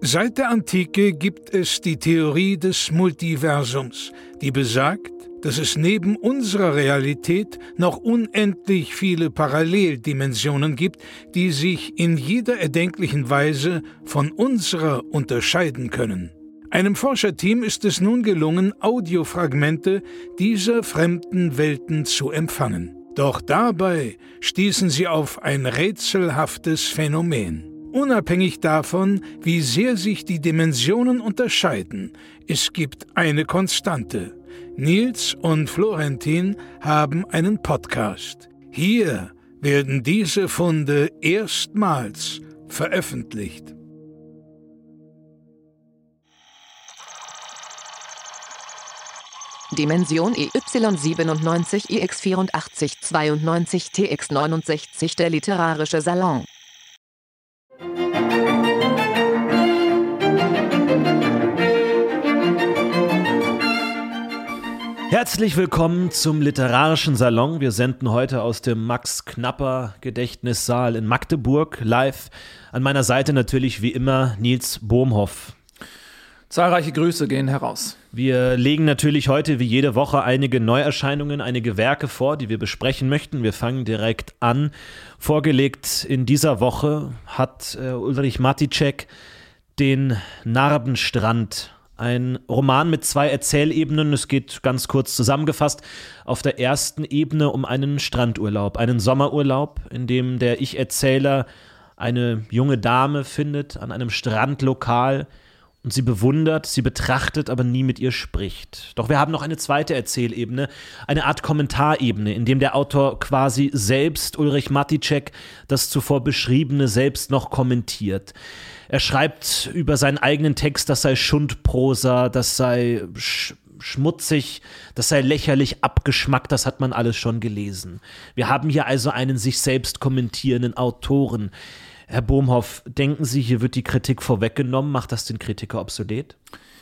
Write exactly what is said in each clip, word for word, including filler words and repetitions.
Seit der Antike gibt es die Theorie des Multiversums, die besagt, dass es neben unserer Realität noch unendlich viele Paralleldimensionen gibt, die sich in jeder erdenklichen Weise von unserer unterscheiden können. Einem Forscherteam ist es nun gelungen, Audiofragmente dieser fremden Welten zu empfangen. Doch dabei stießen sie auf ein rätselhaftes Phänomen. Unabhängig davon, wie sehr sich die Dimensionen unterscheiden, es gibt eine Konstante. Nils und Florentin haben einen Podcast. Hier werden diese Funde erstmals veröffentlicht. Dimension E Y siebenundneunzig I X vierundachtzig zweiundneunzig T X neunundsechzig der literarische Salon. Herzlich willkommen zum Literarischen Salon. Wir senden heute aus dem Max-Knapper-Gedächtnissaal in Magdeburg live. An meiner Seite natürlich wie immer Nils Bohmhoff. Zahlreiche Grüße gehen heraus. Wir legen natürlich heute wie jede Woche einige Neuerscheinungen, einige Werke vor, die wir besprechen möchten. Wir fangen direkt an. Vorgelegt in dieser Woche hat äh, Ulrich Maticek den Narbenstrand. Ein Roman mit zwei Erzählebenen. Es geht ganz kurz zusammengefasst auf der ersten Ebene um einen Strandurlaub, einen Sommerurlaub, in dem der Ich-Erzähler eine junge Dame findet an einem Strandlokal und sie bewundert, sie betrachtet, aber nie mit ihr spricht. Doch wir haben noch eine zweite Erzählebene, eine Art Kommentarebene, in dem der Autor quasi selbst, Ulrich Maticek, das zuvor Beschriebene selbst noch kommentiert. Er schreibt über seinen eigenen Text, das sei Schundprosa, das sei sch- schmutzig, das sei lächerlich abgeschmackt, das hat man alles schon gelesen. Wir haben hier also einen sich selbst kommentierenden Autoren. Herr Bohmhoff, denken Sie, hier wird die Kritik vorweggenommen? Macht das den Kritiker obsolet?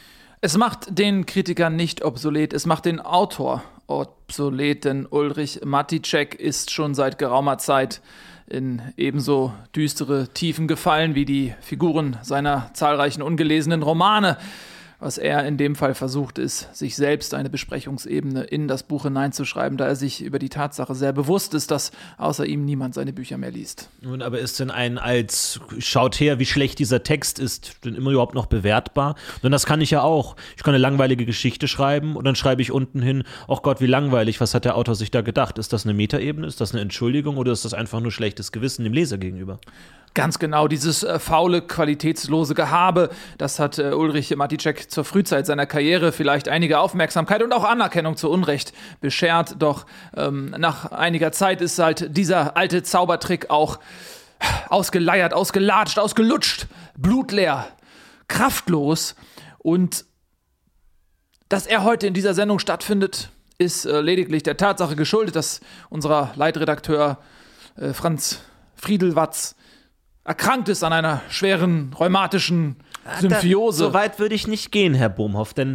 Es macht den Kritiker nicht obsolet, es macht den Autor obsolet, denn Ulrich Maticek ist schon seit geraumer Zeit in ebenso düstere Tiefen gefallen wie die Figuren seiner zahlreichen ungelesenen Romane. Was er in dem Fall versucht, ist, sich selbst eine Besprechungsebene in das Buch hineinzuschreiben, da er sich über die Tatsache sehr bewusst ist, dass außer ihm niemand seine Bücher mehr liest. Nun, aber ist denn ein als, schaut her, wie schlecht dieser Text ist, denn immer überhaupt noch bewertbar? Denn das kann ich ja auch. Ich kann eine langweilige Geschichte schreiben und dann schreibe ich unten hin, ach Gott, wie langweilig, was hat der Autor sich da gedacht? Ist das eine Metaebene, ist das eine Entschuldigung oder ist das einfach nur schlechtes Gewissen dem Leser gegenüber? Ganz genau, dieses äh, faule, qualitätslose Gehabe, das hat äh, Ulrich Maticek zur Frühzeit seiner Karriere vielleicht einige Aufmerksamkeit und auch Anerkennung zu Unrecht beschert. Doch ähm, nach einiger Zeit ist halt dieser alte Zaubertrick auch ausgeleiert, ausgelatscht, ausgelutscht, blutleer, kraftlos. Und dass er heute in dieser Sendung stattfindet, ist äh, lediglich der Tatsache geschuldet, dass unser Leitredakteur äh, Franz Friedelwatz erkrankt ist an einer schweren rheumatischen Symbiose. So weit würde ich nicht gehen, Herr Bohmhoff, denn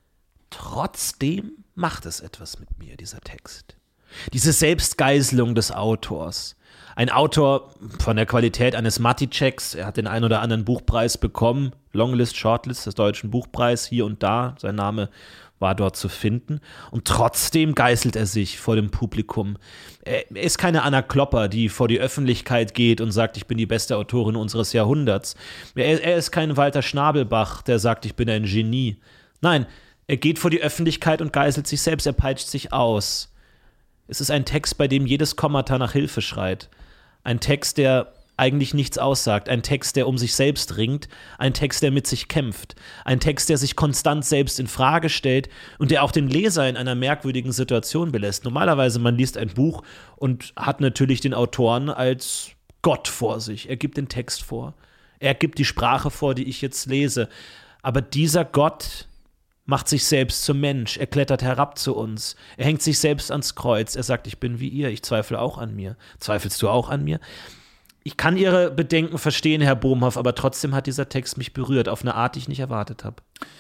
trotzdem macht es etwas mit mir, dieser Text. Diese Selbstgeißelung des Autors. Ein Autor von der Qualität eines Maticeks, er hat den einen oder anderen Buchpreis bekommen, Longlist, Shortlist des Deutschen Buchpreis, hier und da, sein Name war dort zu finden. Und trotzdem geißelt er sich vor dem Publikum. Er ist keine Anna Klopper, die vor die Öffentlichkeit geht und sagt, ich bin die beste Autorin unseres Jahrhunderts. Er, er ist kein Walter Schnabelbach, der sagt, ich bin ein Genie. Nein, er geht vor die Öffentlichkeit und geißelt sich selbst, er peitscht sich aus. Es ist ein Text, bei dem jedes Kommata nach Hilfe schreit. Ein Text, der eigentlich nichts aussagt. Ein Text, der um sich selbst ringt. Ein Text, der mit sich kämpft. Ein Text, der sich konstant selbst in Frage stellt und der auch den Leser in einer merkwürdigen Situation belässt. Normalerweise, man liest ein Buch und hat natürlich den Autoren als Gott vor sich. Er gibt den Text vor. Er gibt die Sprache vor, die ich jetzt lese. Aber dieser Gott macht sich selbst zum Mensch. Er klettert herab zu uns. Er hängt sich selbst ans Kreuz. Er sagt, ich bin wie ihr. Ich zweifle auch an mir. Zweifelst du auch an mir? Ich kann Ihre Bedenken verstehen, Herr Bohmhoff, aber trotzdem hat dieser Text mich berührt, auf eine Art, die ich nicht erwartet habe.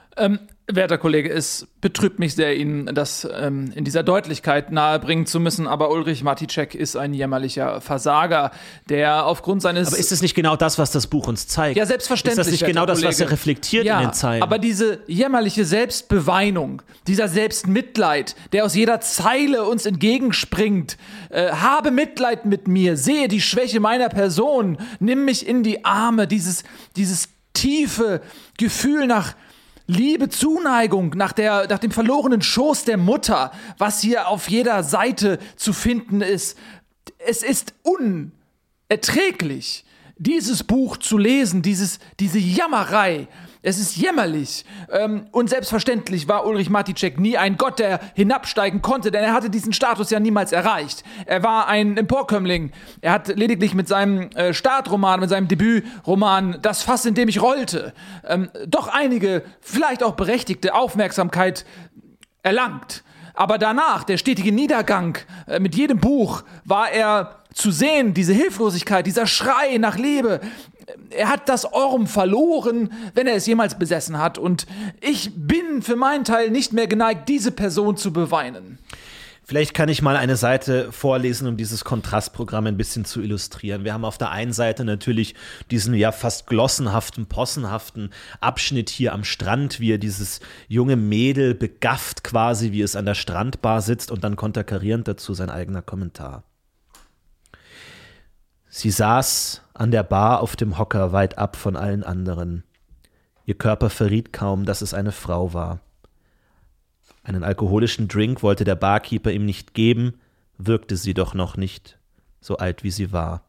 Ähm, werter Kollege, es betrübt mich sehr, Ihnen das ähm, in dieser Deutlichkeit nahebringen zu müssen, aber Ulrich Maticek ist ein jämmerlicher Versager, der aufgrund seines... Aber ist es nicht genau das, was das Buch uns zeigt? Ja, selbstverständlich. Ist das nicht genau das, Kollege. was er reflektiert ja, in den Zeilen? Aber diese jämmerliche Selbstbeweinung, dieser Selbstmitleid, der aus jeder Zeile uns entgegenspringt, äh, habe Mitleid mit mir, sehe die Schwäche meiner Person, nimm mich in die Arme, dieses, dieses tiefe Gefühl nach Liebe, Zuneigung, nach, der, nach dem verlorenen Schoß der Mutter, was hier auf jeder Seite zu finden ist. Es ist unerträglich, dieses Buch zu lesen, dieses, diese Jammerei. Es ist jämmerlich. Ähm, und selbstverständlich war Ulrich Maticek nie ein Gott, der hinabsteigen konnte, denn er hatte diesen Status ja niemals erreicht. Er war ein Emporkömmling. Er hat lediglich mit seinem äh, Startroman, mit seinem Debütroman Das Fass, in dem ich rollte, ähm, doch einige, vielleicht auch berechtigte Aufmerksamkeit erlangt. Aber danach, der stetige Niedergang, äh, mit jedem Buch war er zu sehen, diese Hilflosigkeit, dieser Schrei nach Liebe. Er hat das Orm verloren, wenn er es jemals besessen hat. Und ich bin für meinen Teil nicht mehr geneigt, diese Person zu beweinen. Vielleicht kann ich mal eine Seite vorlesen, um dieses Kontrastprogramm ein bisschen zu illustrieren. Wir haben auf der einen Seite natürlich diesen ja fast glossenhaften, possenhaften Abschnitt hier am Strand, wie er dieses junge Mädel begafft quasi, wie es an der Strandbar sitzt, und dann konterkarierend dazu sein eigener Kommentar. Sie saß an der Bar auf dem Hocker weit ab von allen anderen. Ihr Körper verriet kaum, dass es eine Frau war. Einen alkoholischen Drink wollte der Barkeeper ihm nicht geben, wirkte sie doch noch nicht, so alt wie sie war.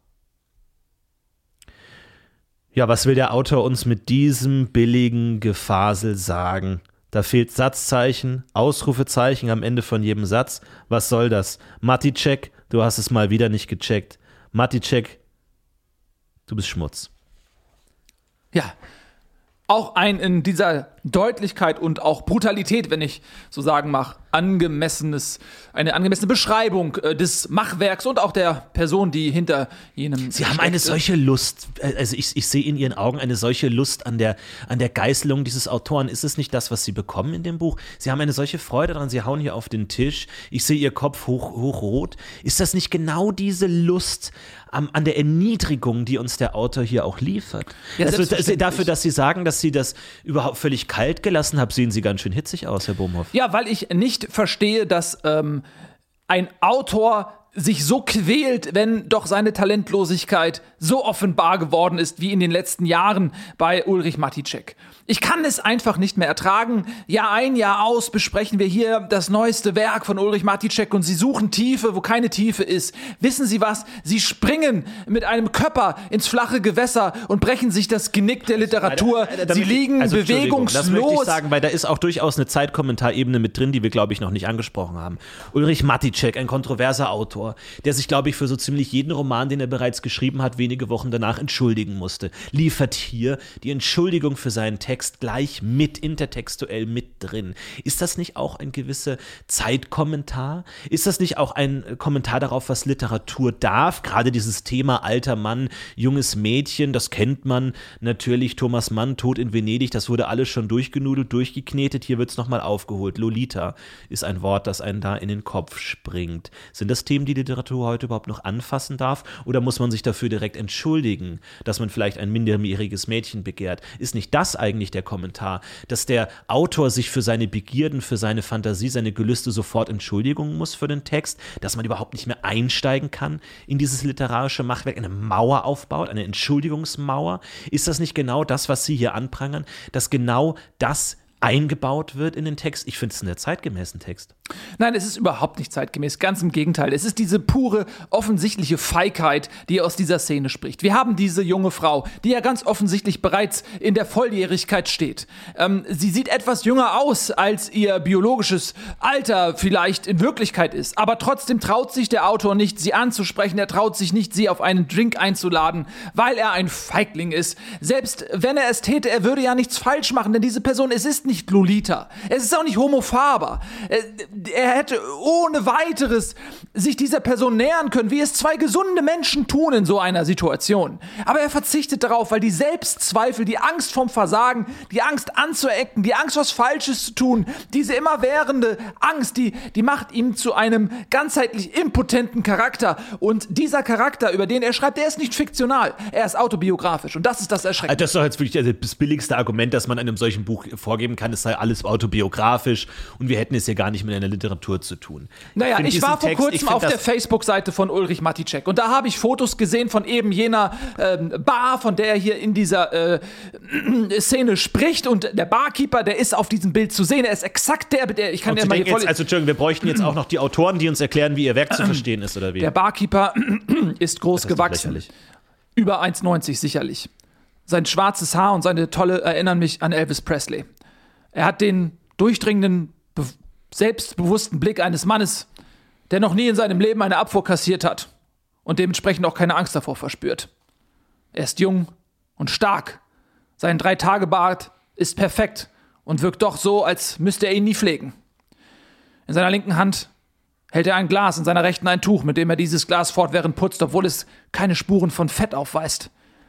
Ja, was will der Autor uns mit diesem billigen Gefasel sagen? Da fehlt Satzzeichen, Ausrufezeichen am Ende von jedem Satz. Was soll das? Maticek, du hast es mal wieder nicht gecheckt. Maticek, du bist Schmutz. Ja, auch ein in dieser Deutlichkeit und auch Brutalität, wenn ich so sagen mag, angemessenes, eine angemessene Beschreibung äh, des Machwerks und auch der Person, die hinter jenem Sie haben eine solche Lust, also ich, ich sehe in Ihren Augen eine solche Lust an der, an der Geißelung dieses Autoren. Ist es nicht das, was Sie bekommen in dem Buch? Sie haben eine solche Freude daran, Sie hauen hier auf den Tisch, ich sehe Ihr Kopf hoch, hochrot. Ist das nicht genau diese Lust am, an der Erniedrigung, die uns der Autor hier auch liefert? Ja, also dafür, dass Sie sagen, dass Sie das überhaupt völlig kalt gelassen haben, sehen Sie ganz schön hitzig aus, Herr Bohmhoff. Ja, weil ich nicht verstehe, dass ähm, ein Autor sich so quält, wenn doch seine Talentlosigkeit so offenbar geworden ist wie in den letzten Jahren bei Ulrich Maticek. Ich kann es einfach nicht mehr ertragen. Jahr ein, Jahr aus besprechen wir hier das neueste Werk von Ulrich Maticek und Sie suchen Tiefe, wo keine Tiefe ist. Wissen Sie was? Sie springen mit einem Körper ins flache Gewässer und brechen sich das Genick der Literatur. Sie liegen also, bewegungslos. Das möchte ich sagen, weil da ist auch durchaus eine Zeitkommentarebene mit drin, die wir, glaube ich, noch nicht angesprochen haben. Ulrich Maticek, ein kontroverser Autor, der sich, glaube ich, für so ziemlich jeden Roman, den er bereits geschrieben hat, wenige Wochen danach entschuldigen musste, liefert hier die Entschuldigung für seinen Text gleich mit, intertextuell mit drin. Ist das nicht auch ein gewisser Zeitkommentar? Ist das nicht auch ein Kommentar darauf, was Literatur darf? Gerade dieses Thema alter Mann, junges Mädchen, das kennt man natürlich. Thomas Mann, Tod in Venedig, das wurde alles schon durchgenudelt, durchgeknetet. Hier wird es nochmal aufgeholt. Lolita ist ein Wort, das einen da in den Kopf springt. Sind das Themen, die Literatur heute überhaupt noch anfassen darf? Oder muss man sich dafür direkt entschuldigen, dass man vielleicht ein minderjähriges Mädchen begehrt? Ist nicht das eigentlich der Kommentar, dass der Autor sich für seine Begierden, für seine Fantasie, seine Gelüste sofort entschuldigen muss für den Text, dass man überhaupt nicht mehr einsteigen kann in dieses literarische Machwerk, eine Mauer aufbaut, eine Entschuldigungsmauer? Ist das nicht genau das, was Sie hier anprangern, dass genau das eingebaut wird in den Text? Ich finde es einen sehr zeitgemäßen Text. Nein, es ist überhaupt nicht zeitgemäß, ganz im Gegenteil. Es ist diese pure, offensichtliche Feigheit, die aus dieser Szene spricht. Wir haben diese junge Frau, die ja ganz offensichtlich bereits in der Volljährigkeit steht. Ähm, sie sieht etwas jünger aus, als ihr biologisches Alter vielleicht in Wirklichkeit ist. Aber trotzdem traut sich der Autor nicht, sie anzusprechen. Er traut sich nicht, sie auf einen Drink einzuladen, weil er ein Feigling ist. Selbst wenn er es täte, er würde ja nichts falsch machen, denn diese Person, es ist nicht Lolita. Es ist auch nicht homophober. Er hätte ohne weiteres sich dieser Person nähern können, wie es zwei gesunde Menschen tun in so einer Situation. Aber er verzichtet darauf, weil die Selbstzweifel, die Angst vom Versagen, die Angst anzuecken, die Angst, was Falsches zu tun, diese immerwährende Angst, die, die macht ihn zu einem ganzheitlich impotenten Charakter. Und dieser Charakter, über den er schreibt, der ist nicht fiktional, er ist autobiografisch. Und das ist das Erschreckende. Das ist doch jetzt wirklich das billigste Argument, das man in einem solchen Buch vorgeben kann, es sei alles autobiografisch und wir hätten es ja gar nicht mit einer Literatur zu tun. Naja, ich, ich war vor Text, kurzem auf der Facebook-Seite von Ulrich Maticek und da habe ich Fotos gesehen von eben jener ähm, Bar, von der er hier in dieser äh, Szene spricht, und der Barkeeper, der ist auf diesem Bild zu sehen, er ist exakt der, der ich kann ja mal hier jetzt, Also Entschuldigung, wir bräuchten jetzt auch noch die Autoren, die uns erklären, wie ihr Werk zu verstehen ist, oder wie? Der Barkeeper ist groß das ist gewachsen, über eins neunzig sicherlich. Sein schwarzes Haar und seine Tolle erinnern mich an Elvis Presley. Er hat den durchdringenden, be- selbstbewussten Blick eines Mannes, der noch nie in seinem Leben eine Abfuhr kassiert hat und dementsprechend auch keine Angst davor verspürt. Er ist jung und stark. Sein Drei-Tage-Bart ist perfekt und wirkt doch so, als müsste er ihn nie pflegen. In seiner linken Hand hält er ein Glas, in seiner rechten ein Tuch, mit dem er dieses Glas fortwährend putzt, obwohl es keine Spuren von Fett aufweist.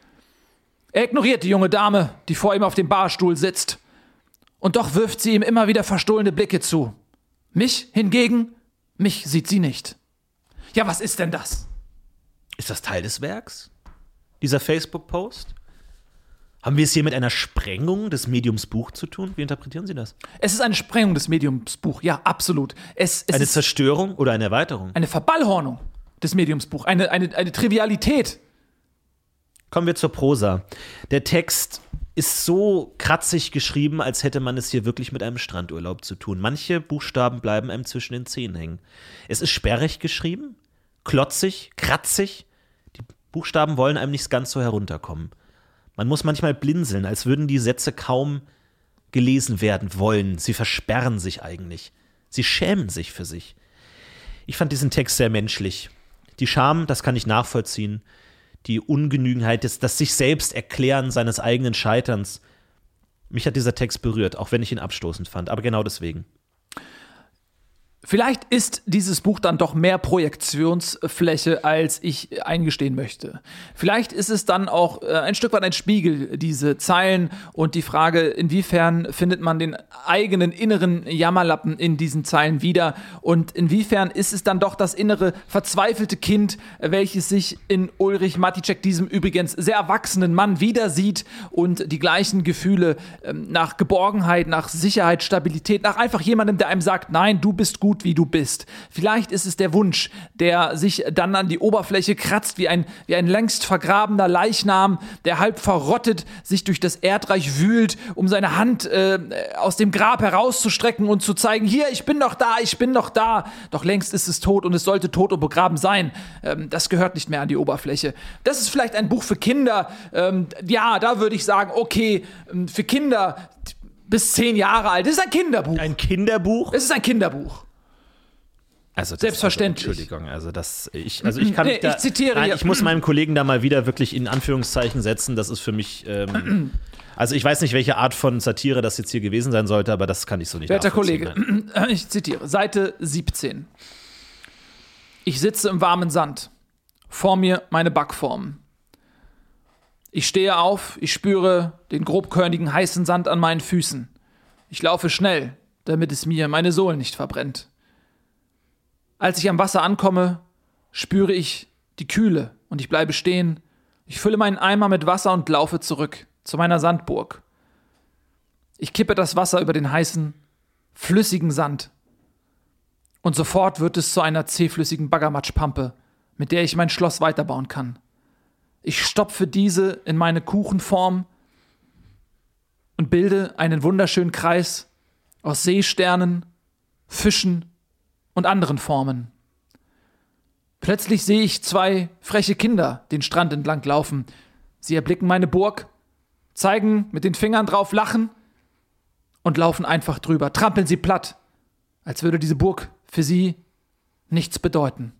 Er ignoriert die junge Dame, die vor ihm auf dem Barstuhl sitzt. Und doch wirft sie ihm immer wieder verstohlene Blicke zu. Mich hingegen, mich sieht sie nicht. Ja, was ist denn das? Ist das Teil des Werks? Dieser Facebook-Post? Haben wir es hier mit einer Sprengung des Mediums Buch zu tun? Wie interpretieren Sie das? Es ist eine Sprengung des Mediums Buch, ja, absolut. Es, es eine ist Zerstörung oder eine Erweiterung? Eine Verballhornung des Mediums Buch, eine, eine, eine Trivialität. Kommen wir zur Prosa. Der Text ist so kratzig geschrieben, als hätte man es hier wirklich mit einem Strandurlaub zu tun. Manche Buchstaben bleiben einem zwischen den Zähnen hängen. Es ist sperrig geschrieben, klotzig, kratzig. Die Buchstaben wollen einem nicht ganz so herunterkommen. Man muss manchmal blinzeln, als würden die Sätze kaum gelesen werden wollen. Sie versperren sich eigentlich. Sie schämen sich für sich. Ich fand diesen Text sehr menschlich. Die Scham, das kann ich nachvollziehen. Die Ungenügenheit, das, das sich selbst erklären seines eigenen Scheiterns. Mich hat dieser Text berührt, auch wenn ich ihn abstoßend fand, aber genau deswegen. Vielleicht ist dieses Buch dann doch mehr Projektionsfläche, als ich eingestehen möchte. Vielleicht ist es dann auch äh, ein Stück weit ein Spiegel, diese Zeilen, und die Frage, inwiefern findet man den eigenen inneren Jammerlappen in diesen Zeilen wieder, und inwiefern ist es dann doch das innere, verzweifelte Kind, welches sich in Ulrich Maticek, diesem übrigens sehr erwachsenen Mann, wieder sieht und die gleichen Gefühle ähm, nach Geborgenheit, nach Sicherheit, Stabilität, nach einfach jemandem, der einem sagt, nein, du bist gut, wie du bist. Vielleicht ist es der Wunsch, der sich dann an die Oberfläche kratzt, wie ein, wie ein längst vergrabener Leichnam, der halb verrottet sich durch das Erdreich wühlt, um seine Hand äh, aus dem Grab herauszustrecken und zu zeigen, hier, ich bin noch da, ich bin noch da. Doch längst ist es tot und es sollte tot und begraben sein. Ähm, das gehört nicht mehr an die Oberfläche. Das ist vielleicht ein Buch für Kinder. Ähm, ja, da würde ich sagen, okay, für Kinder bis zehn Jahre alt. Das ist ein Kinderbuch. Ein Kinderbuch? Es ist ein Kinderbuch. Also das, Selbstverständlich. Also, Entschuldigung, also das ich also ich kann nee, da, ich zitiere nein, hier. ich muss meinem Kollegen da mal wieder wirklich in Anführungszeichen setzen. Das ist für mich ähm, also ich weiß nicht, welche Art von Satire das jetzt hier gewesen sein sollte, aber das kann ich so nicht Werter nachvollziehen. Kollege, Nein. ich zitiere, Seite siebzehn. Ich sitze im warmen Sand. Vor mir meine Backformen. Ich stehe auf, ich spüre den grobkörnigen heißen Sand an meinen Füßen. Ich laufe schnell, damit es mir meine Sohlen nicht verbrennt. Als ich am Wasser ankomme, spüre ich die Kühle und ich bleibe stehen. Ich fülle meinen Eimer mit Wasser und laufe zurück zu meiner Sandburg. Ich kippe das Wasser über den heißen, flüssigen Sand. Und sofort wird es zu einer zähflüssigen Baggermatschpampe, mit der ich mein Schloss weiterbauen kann. Ich stopfe diese in meine Kuchenform und bilde einen wunderschönen Kreis aus Seesternen, Fischen und anderen Formen. Plötzlich sehe ich zwei freche Kinder den Strand entlang laufen. Sie erblicken meine Burg, zeigen mit den Fingern drauf, lachen und laufen einfach drüber, trampeln sie platt, als würde diese Burg für sie nichts bedeuten.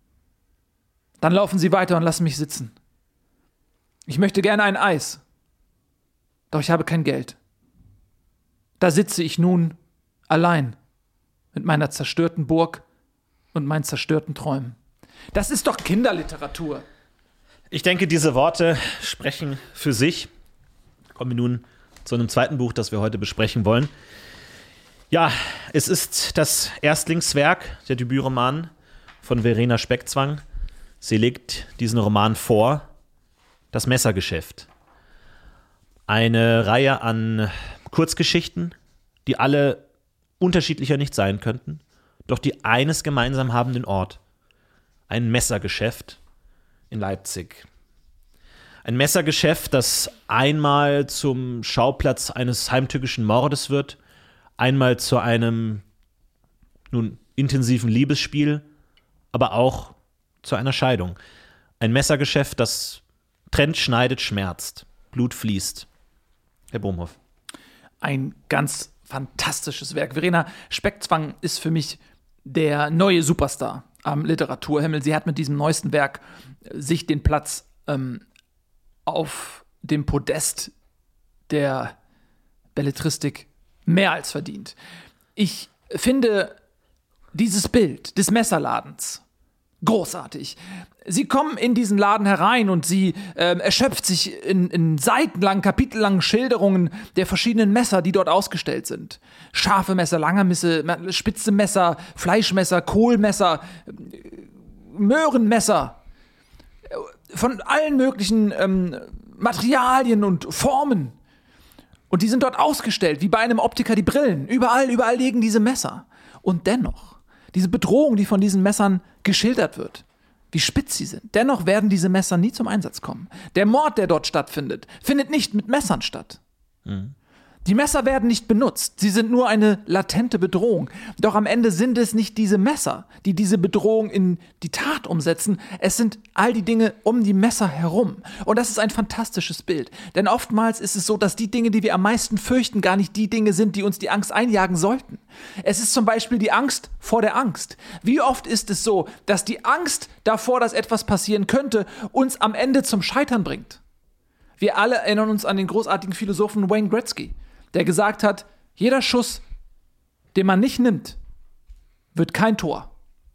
Dann laufen sie weiter und lassen mich sitzen. Ich möchte gerne ein Eis, doch ich habe kein Geld. Da sitze ich nun allein mit meiner zerstörten Burg und meinen zerstörten Träumen. Das ist doch Kinderliteratur. Ich denke, diese Worte sprechen für sich. Kommen wir nun zu einem zweiten Buch, das wir heute besprechen wollen. Ja, es ist das Erstlingswerk, der Debütroman von Verena Speckzwang. Sie legt diesen Roman vor, Das Messergeschäft. Eine Reihe an Kurzgeschichten, die alle unterschiedlicher nicht sein könnten, doch die eines gemeinsam haben: den Ort. Ein Messergeschäft in Leipzig. Ein Messergeschäft, das einmal zum Schauplatz eines heimtückischen Mordes wird, einmal zu einem nun intensiven Liebesspiel, aber auch zu einer Scheidung. Ein Messergeschäft, das trennt, schneidet, schmerzt, Blut fließt. Herr Bohmhoff. Ein ganz fantastisches Werk. Verena Speckzwang ist für mich der neue Superstar am Literaturhimmel. Sie hat mit diesem neuesten Werk sich den Platz ähm, auf dem Podest der Belletristik mehr als verdient. Ich finde dieses Bild des Messerladens großartig. Sie kommen in diesen Laden herein und sie äh, erschöpft sich in, in seitenlangen, kapitellangen Schilderungen der verschiedenen Messer, die dort ausgestellt sind. Scharfe Messer, lange Messer, spitze Messer, Fleischmesser, Kohlmesser, Möhrenmesser, von allen möglichen ähm, Materialien und Formen. Und die sind dort ausgestellt, wie bei einem Optiker die Brillen. Überall, überall liegen diese Messer. Und dennoch, diese Bedrohung, die von diesen Messern geschildert wird, wie spitz sie sind, dennoch werden diese Messer nie zum Einsatz kommen. Der Mord, der dort stattfindet, findet nicht mit Messern statt. Mhm. Die Messer werden nicht benutzt, sie sind nur eine latente Bedrohung. Doch am Ende sind es nicht diese Messer, die diese Bedrohung in die Tat umsetzen, es sind all die Dinge um die Messer herum. Und das ist ein fantastisches Bild, denn oftmals ist es so, dass die Dinge, die wir am meisten fürchten, gar nicht die Dinge sind, die uns die Angst einjagen sollten. Es ist zum Beispiel die Angst vor der Angst. Wie oft ist es so, dass die Angst davor, dass etwas passieren könnte, uns am Ende zum Scheitern bringt? Wir alle erinnern uns an den großartigen Philosophen Wayne Gretzky, der gesagt hat, jeder Schuss, den man nicht nimmt, wird kein Tor.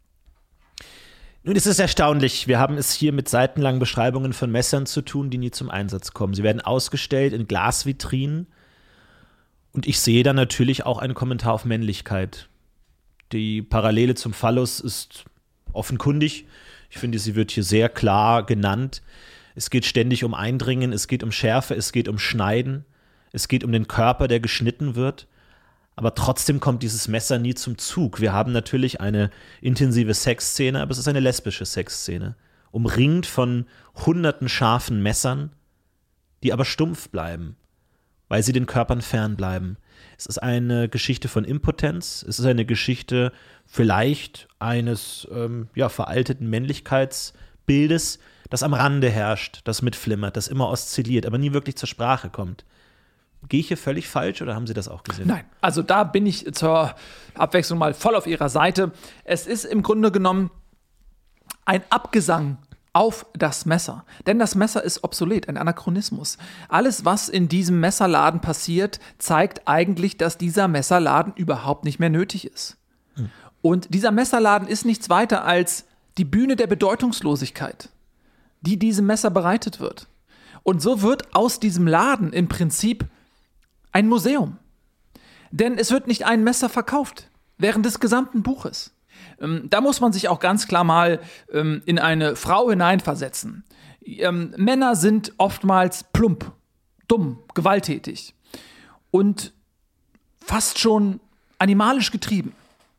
Nun ist es erstaunlich, wir haben es hier mit seitenlangen Beschreibungen von Messern zu tun, die nie zum Einsatz kommen. Sie werden ausgestellt in Glasvitrinen und ich sehe da natürlich auch einen Kommentar auf Männlichkeit. Die Parallele zum Phallus ist offenkundig. Ich finde, sie wird hier sehr klar genannt. Es geht ständig um Eindringen, es geht um Schärfe, es geht um Schneiden. Es geht um den Körper, der geschnitten wird, aber trotzdem kommt dieses Messer nie zum Zug. Wir haben natürlich eine intensive Sexszene, aber es ist eine lesbische Sexszene, umringt von hunderten scharfen Messern, die aber stumpf bleiben, weil sie den Körpern fernbleiben. Es ist eine Geschichte von Impotenz, es ist eine Geschichte vielleicht eines ähm, ja, veralteten Männlichkeitsbildes, das am Rande herrscht, das mitflimmert, das immer oszilliert, aber nie wirklich zur Sprache kommt. Gehe ich hier völlig falsch oder haben Sie das auch gesehen? Nein, also da bin ich zur Abwechslung mal voll auf Ihrer Seite. Es ist im Grunde genommen ein Abgesang auf das Messer. Denn das Messer ist obsolet, ein Anachronismus. Alles, was in diesem Messerladen passiert, zeigt eigentlich, dass dieser Messerladen überhaupt nicht mehr nötig ist. Hm. Und dieser Messerladen ist nichts weiter als die Bühne der Bedeutungslosigkeit, die diesem Messer bereitet wird. Und so wird aus diesem Laden im Prinzip ein Museum. Denn es wird nicht ein Messer verkauft, während des gesamten Buches. Ähm, da muss man sich auch ganz klar mal ähm, in eine Frau hineinversetzen. Ähm, Männer sind oftmals plump, dumm, gewalttätig und fast schon animalisch getrieben.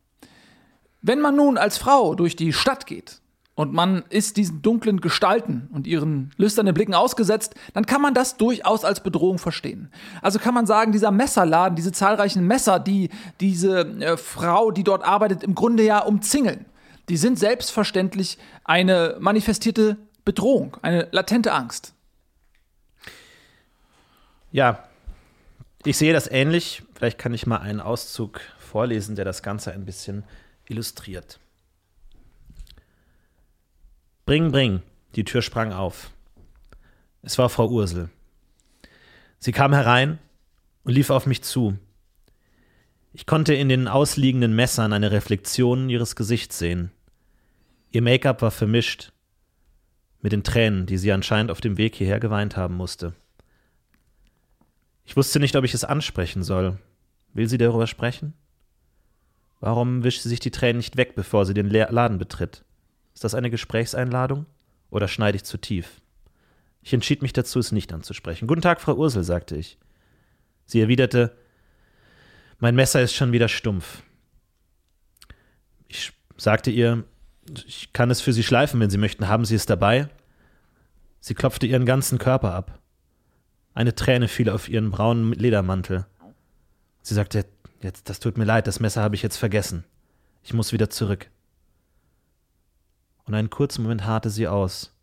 Wenn man nun als Frau durch die Stadt geht und man ist diesen dunklen Gestalten und ihren lüsternen Blicken ausgesetzt, dann kann man das durchaus als Bedrohung verstehen. Also kann man sagen, dieser Messerladen, diese zahlreichen Messer, die diese äh, Frau, die dort arbeitet, im Grunde ja umzingeln, die sind selbstverständlich eine manifestierte Bedrohung, eine latente Angst. Ja, ich sehe das ähnlich. Vielleicht kann ich mal einen Auszug vorlesen, der das Ganze ein bisschen illustriert. Bring, bring, die Tür sprang auf. Es war Frau Ursel. Sie kam herein und lief auf mich zu. Ich konnte in den ausliegenden Messern eine Reflexion ihres Gesichts sehen. Ihr Make-up war vermischt mit den Tränen, die sie anscheinend auf dem Weg hierher geweint haben musste. Ich wusste nicht, ob ich es ansprechen soll. Will sie darüber sprechen? Warum wischt sie sich die Tränen nicht weg, bevor sie den Laden betritt? Ist das eine Gesprächseinladung oder schneide ich zu tief? Ich entschied mich dazu, es nicht anzusprechen. »Guten Tag, Frau Ursel«, sagte ich. Sie erwiderte, »Mein Messer ist schon wieder stumpf.« Ich sagte ihr, ich kann es für Sie schleifen, wenn Sie möchten. Haben Sie es dabei? Sie klopfte ihren ganzen Körper ab. Eine Träne fiel auf ihren braunen Ledermantel. Sie sagte, jetzt, das tut mir leid, das Messer habe ich jetzt vergessen. Ich muss wieder zurück. Und einen kurzen Moment harrte sie aus.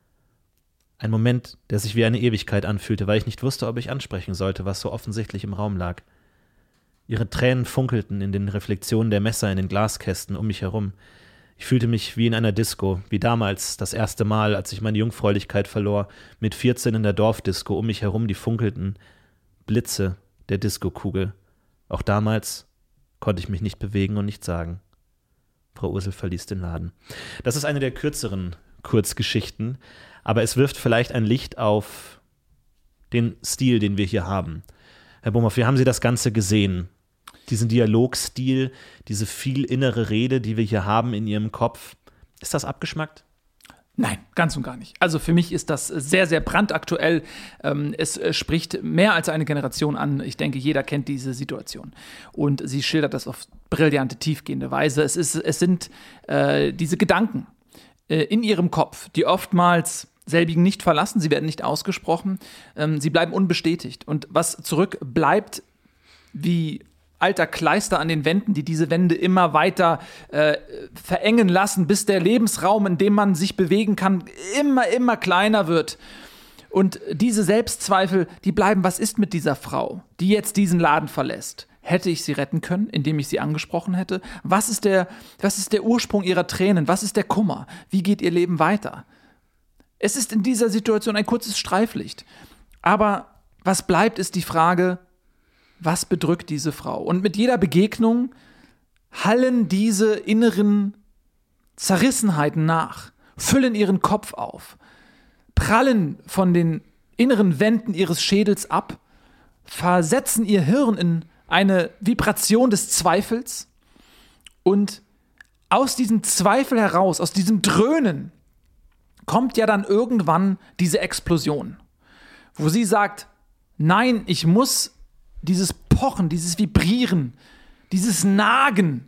Ein Moment, der sich wie eine Ewigkeit anfühlte, weil ich nicht wusste, ob ich ansprechen sollte, was so offensichtlich im Raum lag. Ihre Tränen funkelten in den Reflexionen der Messer in den Glaskästen um mich herum. Ich fühlte mich wie in einer Disco, wie damals, das erste Mal, als ich meine Jungfräulichkeit verlor, mit vierzehn in der Dorfdisco, um mich herum die funkelnden Blitze der Diskokugel. Auch damals konnte ich mich nicht bewegen und nichts sagen. Frau Ursel verließ den Laden. Das ist eine der kürzeren Kurzgeschichten, aber es wirft vielleicht ein Licht auf den Stil, den wir hier haben. Herr Bohmhoff, wie haben Sie das Ganze gesehen? Diesen Dialogstil, diese viel innere Rede, die wir hier haben in Ihrem Kopf. Ist das abgeschmackt? Nein, ganz und gar nicht. Also für mich ist das sehr, sehr brandaktuell. Es spricht mehr als eine Generation an. Ich denke, jeder kennt diese Situation. Und sie schildert das auf brillante, tiefgehende Weise. Es, ist, es sind äh, diese Gedanken äh, in ihrem Kopf, die oftmals selbigen nicht verlassen, sie werden nicht ausgesprochen, ähm, sie bleiben unbestätigt. Und was zurückbleibt, wie alter Kleister an den Wänden, die diese Wände immer weiter äh, verengen lassen, bis der Lebensraum, in dem man sich bewegen kann, immer, immer kleiner wird. Und diese Selbstzweifel, die bleiben, was ist mit dieser Frau, die jetzt diesen Laden verlässt? Hätte ich sie retten können, indem ich sie angesprochen hätte? Was ist der, was ist der Ursprung ihrer Tränen? Was ist der Kummer? Wie geht ihr Leben weiter? Es ist in dieser Situation ein kurzes Streiflicht. Aber was bleibt, ist die Frage, was bedrückt diese Frau? Und mit jeder Begegnung hallen diese inneren Zerrissenheiten nach, füllen ihren Kopf auf, prallen von den inneren Wänden ihres Schädels ab, versetzen ihr Hirn in eine Vibration des Zweifels und aus diesem Zweifel heraus, aus diesem Dröhnen, kommt ja dann irgendwann diese Explosion, wo sie sagt, nein, ich muss dieses Pochen, dieses Vibrieren, dieses Nagen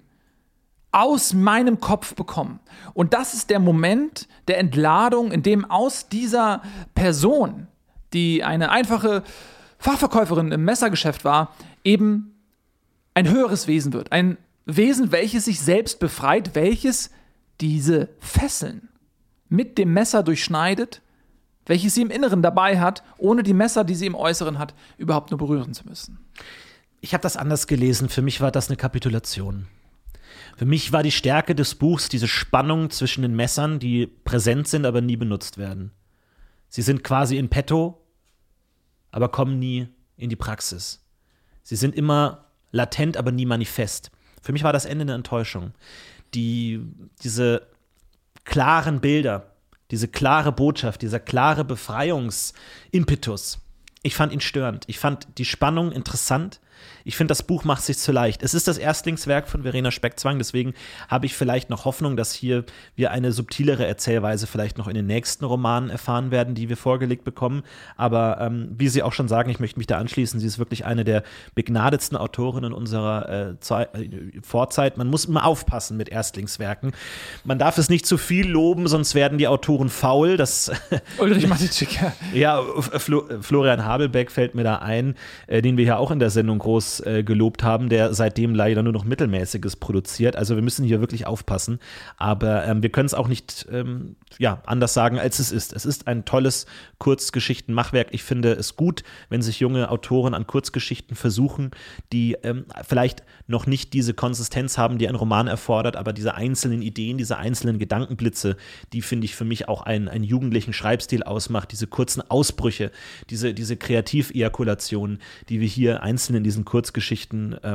aus meinem Kopf bekommen. Und das ist der Moment der Entladung, in dem aus dieser Person, die eine einfache Fachverkäuferin im Messergeschäft war, eben ein höheres Wesen wird. Ein Wesen, welches sich selbst befreit, welches diese Fesseln mit dem Messer durchschneidet, welches sie im Inneren dabei hat, ohne die Messer, die sie im Äußeren hat, überhaupt nur berühren zu müssen. Ich habe das anders gelesen. Für mich war das eine Kapitulation. Für mich war die Stärke des Buchs diese Spannung zwischen den Messern, die präsent sind, aber nie benutzt werden. Sie sind quasi in petto, aber kommen nie in die Praxis. Sie sind immer latent, aber nie manifest. Für mich war das Ende eine Enttäuschung. Die, diese klaren Bilder, diese klare Botschaft, dieser klare Befreiungsimpetus, ich fand ihn störend. Ich fand die Spannung interessant. Ich finde, das Buch macht sich zu leicht. Es ist das Erstlingswerk von Verena Speckzwang, deswegen habe ich vielleicht noch Hoffnung, dass hier wir eine subtilere Erzählweise vielleicht noch in den nächsten Romanen erfahren werden, die wir vorgelegt bekommen. Aber ähm, wie Sie auch schon sagen, ich möchte mich da anschließen, sie ist wirklich eine der begnadetsten Autorinnen unserer äh, Zeit, äh, Vorzeit. Man muss immer aufpassen mit Erstlingswerken. Man darf es nicht zu viel loben, sonst werden die Autoren faul. Das Ulrich Matitschik, ja. Ja, Flo, Florian Habelbeck fällt mir da ein, äh, den wir ja auch in der Sendung groß äh, gelobt haben, der seitdem leider nur noch Mittelmäßiges produziert. Also wir müssen hier wirklich aufpassen. Aber ähm, wir können es auch nicht ähm, ja, anders sagen, als es ist. Es ist ein tolles Kurzgeschichtenmachwerk. Ich finde es gut, wenn sich junge Autoren an Kurzgeschichten versuchen, die ähm, vielleicht noch nicht diese Konsistenz haben, die ein Roman erfordert, aber diese einzelnen Ideen, diese einzelnen Gedankenblitze, die finde ich für mich auch einen, einen jugendlichen Schreibstil ausmacht, diese kurzen Ausbrüche, diese, diese Kreativejakulationen, die wir hier einzeln in diesen Kurzgeschichten ähm,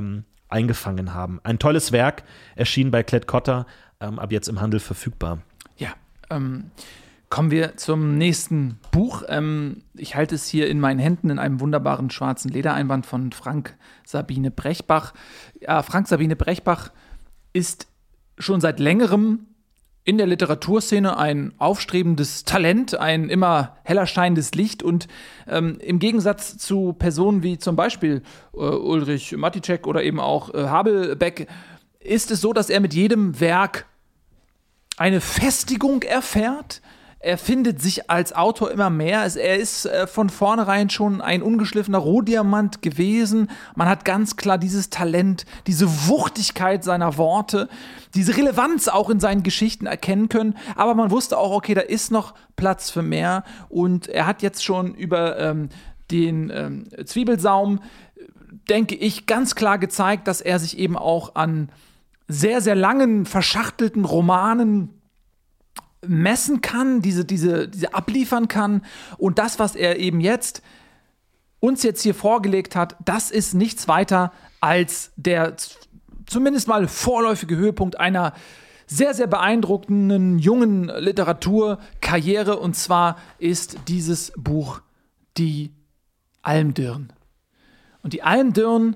eingefangen haben. Ein tolles Werk, erschien bei Klett-Cotta, ähm, ab jetzt im Handel verfügbar. Ja, ähm, kommen wir zum nächsten Buch. Ähm, ich halte es hier in meinen Händen in einem wunderbaren schwarzen Ledereinband von Frank Sabine Brechbach. Ja, Frank Sabine Brechbach ist schon seit längerem in der Literaturszene ein aufstrebendes Talent, ein immer heller scheinendes Licht und ähm, im Gegensatz zu Personen wie zum Beispiel äh, Ulrich Maticek oder eben auch äh, Habelbeck ist es so, dass er mit jedem Werk eine Festigung erfährt. Er findet sich als Autor immer mehr. Es, er ist äh, von vornherein schon ein ungeschliffener Rohdiamant gewesen. Man hat ganz klar dieses Talent, diese Wuchtigkeit seiner Worte, diese Relevanz auch in seinen Geschichten erkennen können. Aber man wusste auch, okay, da ist noch Platz für mehr. Und er hat jetzt schon über ähm, den ähm, Zwiebelsaum, denke ich, ganz klar gezeigt, dass er sich eben auch an sehr, sehr langen, verschachtelten Romanen messen kann, diese, diese, diese abliefern kann. Und das, was er eben jetzt uns jetzt hier vorgelegt hat, das ist nichts weiter als der z- zumindest mal vorläufige Höhepunkt einer sehr, sehr beeindruckenden jungen Literaturkarriere. Und zwar ist dieses Buch Die Almdirn. Und die Almdirn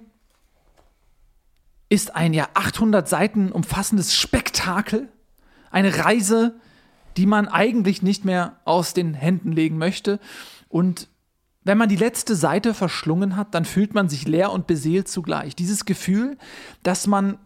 ist ein ja achthundert Seiten umfassendes Spektakel, eine Reise, die man eigentlich nicht mehr aus den Händen legen möchte. Und wenn man die letzte Seite verschlungen hat, dann fühlt man sich leer und beseelt zugleich. Dieses Gefühl, dass man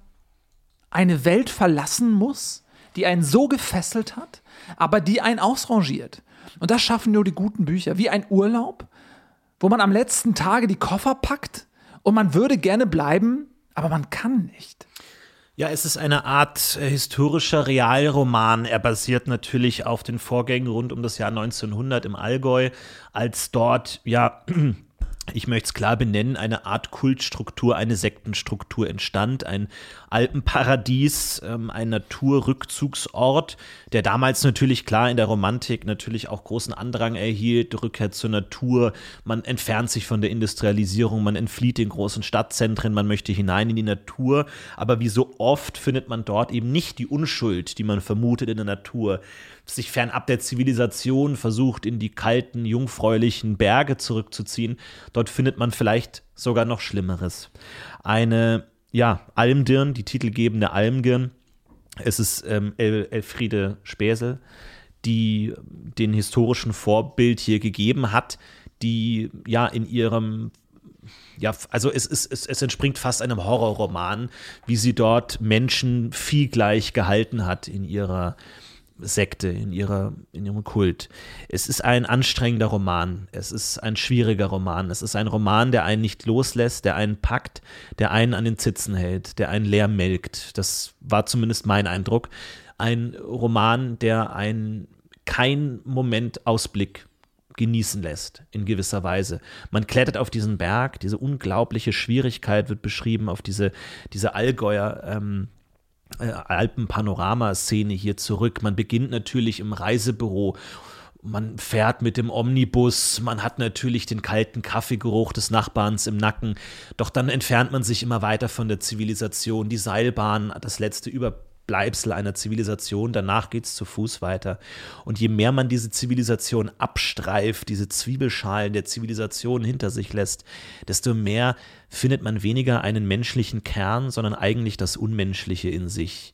eine Welt verlassen muss, die einen so gefesselt hat, aber die einen ausrangiert. Und das schaffen nur die guten Bücher. Wie ein Urlaub, wo man am letzten Tage die Koffer packt und man würde gerne bleiben, aber man kann nicht. Ja, es ist eine Art äh, historischer Realroman. Er basiert natürlich auf den Vorgängen rund um das Jahr neunzehnhundert im Allgäu, als dort, ja, ich möchte es klar benennen, eine Art Kultstruktur, eine Sektenstruktur entstand, ein Alpenparadies, ähm, ein Naturrückzugsort, der damals natürlich klar in der Romantik natürlich auch großen Andrang erhielt, Rückkehr zur Natur, man entfernt sich von der Industrialisierung, man entflieht den großen Stadtzentren, man möchte hinein in die Natur, aber wie so oft findet man dort eben nicht die Unschuld, die man vermutet in der Natur, sich fernab der Zivilisation versucht, in die kalten, jungfräulichen Berge zurückzuziehen. Dort findet man vielleicht sogar noch Schlimmeres. Eine, ja, Almdirn, die titelgebende Almdirn. Es ist ähm, El- Elfriede Spersel, die den historischen Vorbild hier gegeben hat, die ja in ihrem Ja, also es, es, es, es entspringt fast einem Horrorroman, wie sie dort Menschen viehgleich gehalten hat in ihrer Sekte, in, ihrer, in ihrem Kult. Es ist ein anstrengender Roman, es ist ein schwieriger Roman, es ist ein Roman, der einen nicht loslässt, der einen packt, der einen an den Zitzen hält, der einen leer melkt. Das war zumindest mein Eindruck. Ein Roman, der einen keinen Moment Ausblick genießen lässt, in gewisser Weise. Man klettert auf diesen Berg, diese unglaubliche Schwierigkeit wird beschrieben, auf diese, diese Allgäuer ähm, äh, Alpenpanorama-Szene hier zurück. Man beginnt natürlich im Reisebüro, man fährt mit dem Omnibus, man hat natürlich den kalten Kaffeegeruch des Nachbarns im Nacken, doch dann entfernt man sich immer weiter von der Zivilisation, die Seilbahn, das letzte Überbleibsel einer Zivilisation, danach geht es zu Fuß weiter. Und je mehr man diese Zivilisation abstreift, diese Zwiebelschalen der Zivilisation hinter sich lässt, desto mehr findet man weniger einen menschlichen Kern, sondern eigentlich das Unmenschliche in sich.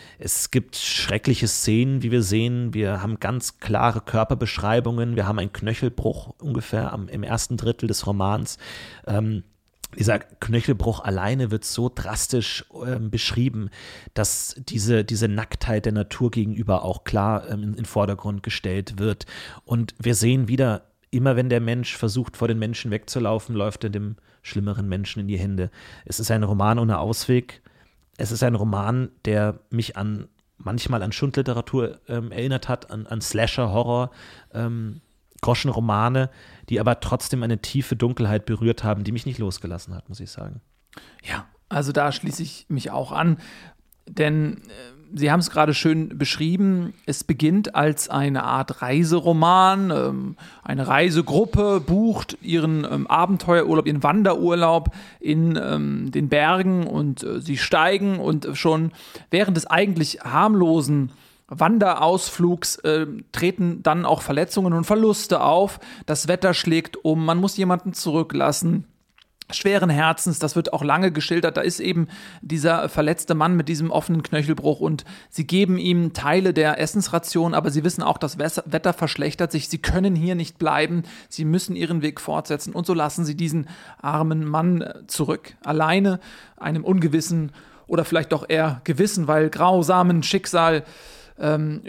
Es gibt schreckliche Szenen, wie wir sehen. Wir haben ganz klare Körperbeschreibungen. Wir haben einen Knöchelbruch ungefähr am, im ersten Drittel des Romans. Ähm, Dieser Knöchelbruch alleine wird so drastisch äh, beschrieben, dass diese, diese Nacktheit der Natur gegenüber auch klar ähm, in den Vordergrund gestellt wird. Und wir sehen wieder, immer wenn der Mensch versucht, vor den Menschen wegzulaufen, läuft er dem schlimmeren Menschen in die Hände. Es ist ein Roman ohne Ausweg. Es ist ein Roman, der mich an manchmal an Schundliteratur ähm, erinnert hat, an, an Slasher-Horror, ähm, Groschenromane, die aber trotzdem eine tiefe Dunkelheit berührt haben, die mich nicht losgelassen hat, muss ich sagen. Ja, also da schließe ich mich auch an, denn Sie haben es gerade schön beschrieben. Es beginnt als eine Art Reiseroman. Ähm, eine Reisegruppe bucht ihren ähm, Abenteuerurlaub, ihren Wanderurlaub in ähm, den Bergen und äh, sie steigen und schon während des eigentlich harmlosen Wanderausflugs äh, treten dann auch Verletzungen und Verluste auf. Das Wetter schlägt um, man muss jemanden zurücklassen. Schweren Herzens, das wird auch lange geschildert, da ist eben dieser verletzte Mann mit diesem offenen Knöchelbruch und sie geben ihm Teile der Essensration, aber sie wissen auch, das Wetter verschlechtert sich, sie können hier nicht bleiben, sie müssen ihren Weg fortsetzen und so lassen sie diesen armen Mann zurück, alleine einem ungewissen oder vielleicht doch eher gewissen, weil grausamen Schicksal Ähm,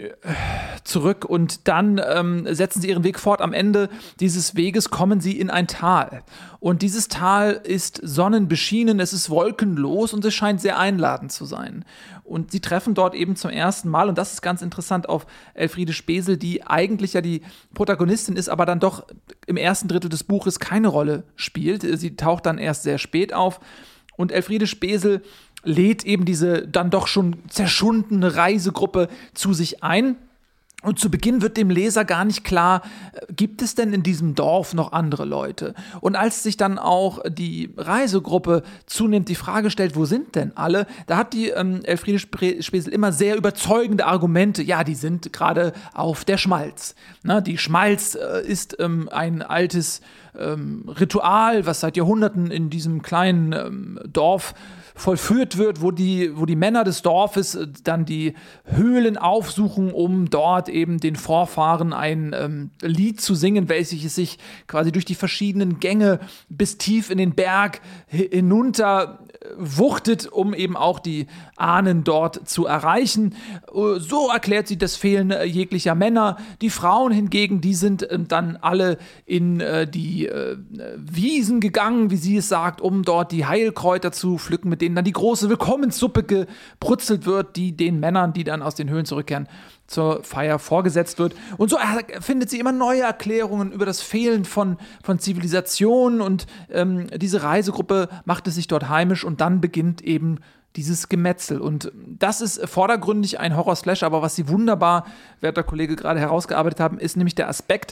zurück und dann ähm, setzen sie ihren Weg fort. Am Ende dieses Weges kommen sie in ein Tal und dieses Tal ist sonnenbeschienen, es ist wolkenlos und es scheint sehr einladend zu sein und sie treffen dort eben zum ersten Mal, und das ist ganz interessant, auf Elfriede Spesel, die eigentlich ja die Protagonistin ist, aber dann doch im ersten Drittel des Buches keine Rolle spielt. Sie taucht dann erst sehr spät auf und Elfriede Spesel lädt eben diese dann doch schon zerschundene Reisegruppe zu sich ein. Und zu Beginn wird dem Leser gar nicht klar, gibt es denn in diesem Dorf noch andere Leute? Und als sich dann auch die Reisegruppe zunehmend die Frage stellt, wo sind denn alle? Da hat die ähm, Elfriede Spesel immer sehr überzeugende Argumente. Ja, die sind gerade auf der Schmalz. Na, die Schmalz äh, ist ähm, ein altes ähm, Ritual, was seit Jahrhunderten in diesem kleinen ähm, Dorf vollführt wird, wo die, wo die Männer des Dorfes dann die Höhlen aufsuchen, um dort eben den Vorfahren ein ähm, Lied zu singen, welches sich quasi durch die verschiedenen Gänge bis tief in den Berg hinunter wuchtet, um eben auch die Ahnen dort zu erreichen. So erklärt sie das Fehlen jeglicher Männer. Die Frauen hingegen, die sind dann alle in äh, die äh, Wiesen gegangen, wie sie es sagt, um dort die Heilkräuter zu pflücken, mit denen dann die große Willkommenssuppe gebrutzelt wird, die den Männern, die dann aus den Höhlen zurückkehren, zur Feier vorgesetzt wird. Und so findet sie immer neue Erklärungen über das Fehlen von, von Zivilisation und ähm, diese Reisegruppe macht es sich dort heimisch und dann beginnt eben dieses Gemetzel. Und das ist vordergründig ein Horror-Slash, aber was sie wunderbar, werter Kollege, gerade herausgearbeitet haben, ist nämlich der Aspekt,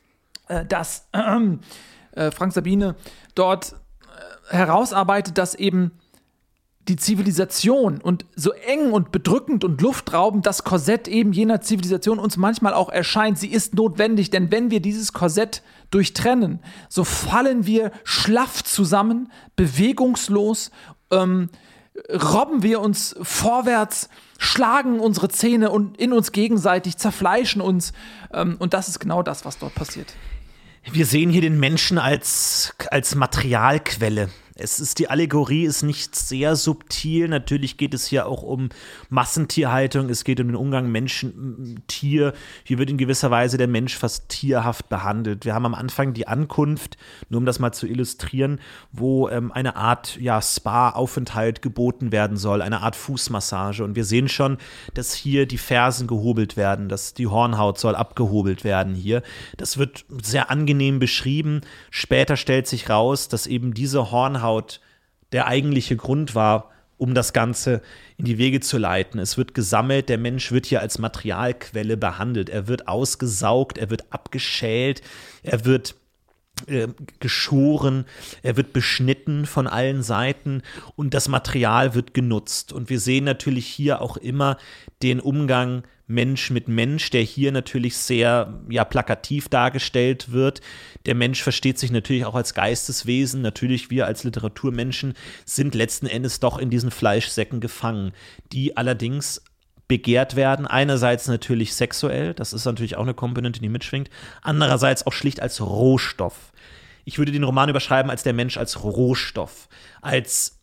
äh, dass äh, äh, Frank Sabine dort äh, herausarbeitet, dass eben die Zivilisation und so eng und bedrückend und luftraubend das Korsett eben jener Zivilisation uns manchmal auch erscheint. Sie ist notwendig, denn wenn wir dieses Korsett durchtrennen, so fallen wir schlaff zusammen, bewegungslos, ähm, robben wir uns vorwärts, schlagen unsere Zähne und in uns gegenseitig, zerfleischen uns. Ähm, und das ist genau das, was dort passiert. Wir sehen hier den Menschen als, als Materialquelle. Es ist, die Allegorie ist nicht sehr subtil. Natürlich geht es hier auch um Massentierhaltung. Es geht um den Umgang Menschen-Tier. Hier wird in gewisser Weise der Mensch fast tierhaft behandelt. Wir haben am Anfang die Ankunft, nur um das mal zu illustrieren, wo ähm, eine Art ja, Spa-Aufenthalt geboten werden soll, eine Art Fußmassage. Und wir sehen schon, dass hier die Fersen gehobelt werden, dass die Hornhaut soll abgehobelt werden hier. Das wird sehr angenehm beschrieben. Später stellt sich raus, dass eben diese Hornhaut der eigentliche Grund war, um das Ganze in die Wege zu leiten. Es wird gesammelt, der Mensch wird hier als Materialquelle behandelt. Er wird ausgesaugt, er wird abgeschält, er wird äh, geschoren, er wird beschnitten von allen Seiten und das Material wird genutzt. Und wir sehen natürlich hier auch immer den Umgang Mensch mit Mensch, der hier natürlich sehr ja, plakativ dargestellt wird. Der Mensch versteht sich natürlich auch als Geisteswesen. Natürlich, wir als Literaturmenschen sind letzten Endes doch in diesen Fleischsäcken gefangen, die allerdings begehrt werden. Einerseits natürlich sexuell, das ist natürlich auch eine Komponente, die mitschwingt. Andererseits auch schlicht als Rohstoff. Ich würde den Roman überschreiben als der Mensch als Rohstoff, als,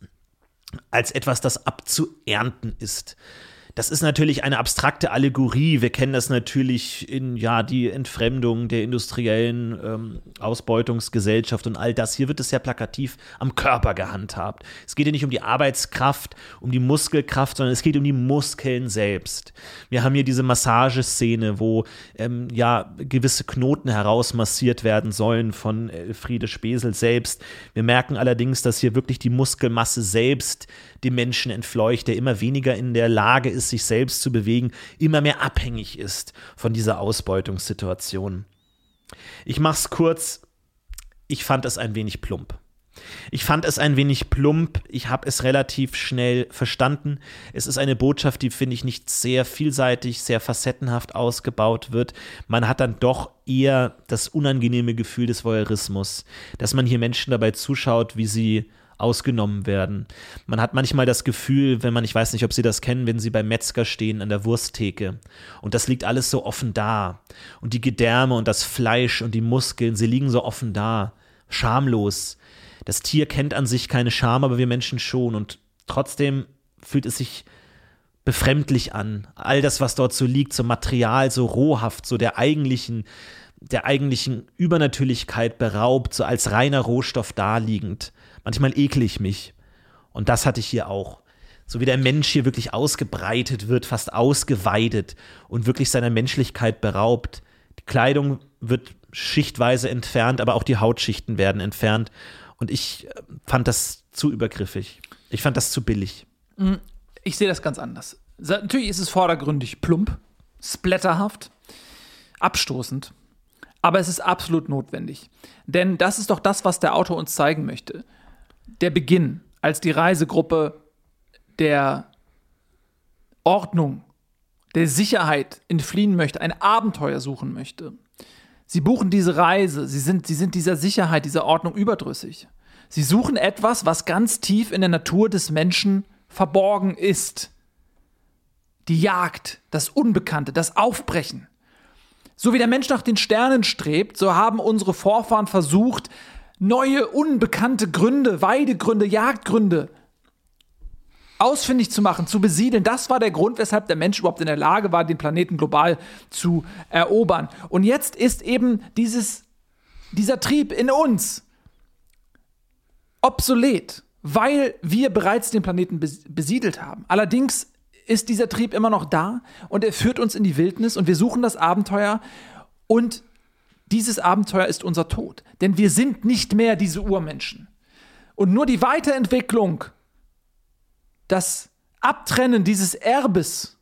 als etwas, das abzuernten ist. Das ist natürlich eine abstrakte Allegorie. Wir kennen das natürlich in ja die Entfremdung der industriellen ähm, Ausbeutungsgesellschaft und all das. Hier wird es sehr plakativ am Körper gehandhabt. Es geht ja nicht um die Arbeitskraft, um die Muskelkraft, sondern es geht um die Muskeln selbst. Wir haben hier diese Massageszene, wo ähm, ja gewisse Knoten herausmassiert werden sollen von Elfriede Spesel selbst. Wir merken allerdings, dass hier wirklich die Muskelmasse selbst dem Menschen entfleucht, der immer weniger in der Lage ist, ist, sich selbst zu bewegen, immer mehr abhängig ist von dieser Ausbeutungssituation. Ich mach's kurz, ich fand es ein wenig plump. Ich fand es ein wenig plump, ich habe es relativ schnell verstanden. Es ist eine Botschaft, die, finde ich, nicht sehr vielseitig, sehr facettenhaft ausgebaut wird. Man hat dann doch eher das unangenehme Gefühl des Voyeurismus, dass man hier Menschen dabei zuschaut, wie sie ausgenommen werden. Man hat manchmal das Gefühl, wenn man, ich weiß nicht, ob Sie das kennen, wenn Sie beim Metzger stehen an der Wursttheke und das liegt alles so offen da und die Gedärme und das Fleisch und die Muskeln, sie liegen so offen da, schamlos. Das Tier kennt an sich keine Scham, aber wir Menschen schon und trotzdem fühlt es sich befremdlich an. All das, was dort so liegt, so Material, so rohhaft, so der eigentlichen, der eigentlichen Übernatürlichkeit beraubt, so als reiner Rohstoff daliegend. Manchmal ekle ich mich. Und das hatte ich hier auch. So wie der Mensch hier wirklich ausgebreitet wird, fast ausgeweidet und wirklich seiner Menschlichkeit beraubt. Die Kleidung wird schichtweise entfernt, aber auch die Hautschichten werden entfernt. Und ich fand das zu übergriffig. Ich fand das zu billig. Ich sehe das ganz anders. Natürlich ist es vordergründig plump, splatterhaft, abstoßend. Aber es ist absolut notwendig. Denn das ist doch das, was der Autor uns zeigen möchte. Der Beginn, als die Reisegruppe der Ordnung, der Sicherheit entfliehen möchte, ein Abenteuer suchen möchte. Sie buchen diese Reise, sie sind, sie sind dieser Sicherheit, dieser Ordnung überdrüssig. Sie suchen etwas, was ganz tief in der Natur des Menschen verborgen ist. Die Jagd, das Unbekannte, das Aufbrechen. So wie der Mensch nach den Sternen strebt, so haben unsere Vorfahren versucht, neue, unbekannte Gründe, Weidegründe, Jagdgründe ausfindig zu machen, zu besiedeln. Das war der Grund, weshalb der Mensch überhaupt in der Lage war, den Planeten global zu erobern. Und jetzt ist eben dieses, dieser Trieb in uns obsolet, weil wir bereits den Planeten besiedelt haben. Allerdings ist dieser Trieb immer noch da und er führt uns in die Wildnis und wir suchen das Abenteuer und dieses Abenteuer ist unser Tod. Denn wir sind nicht mehr diese Urmenschen. Und nur die Weiterentwicklung, das Abtrennen dieses Erbes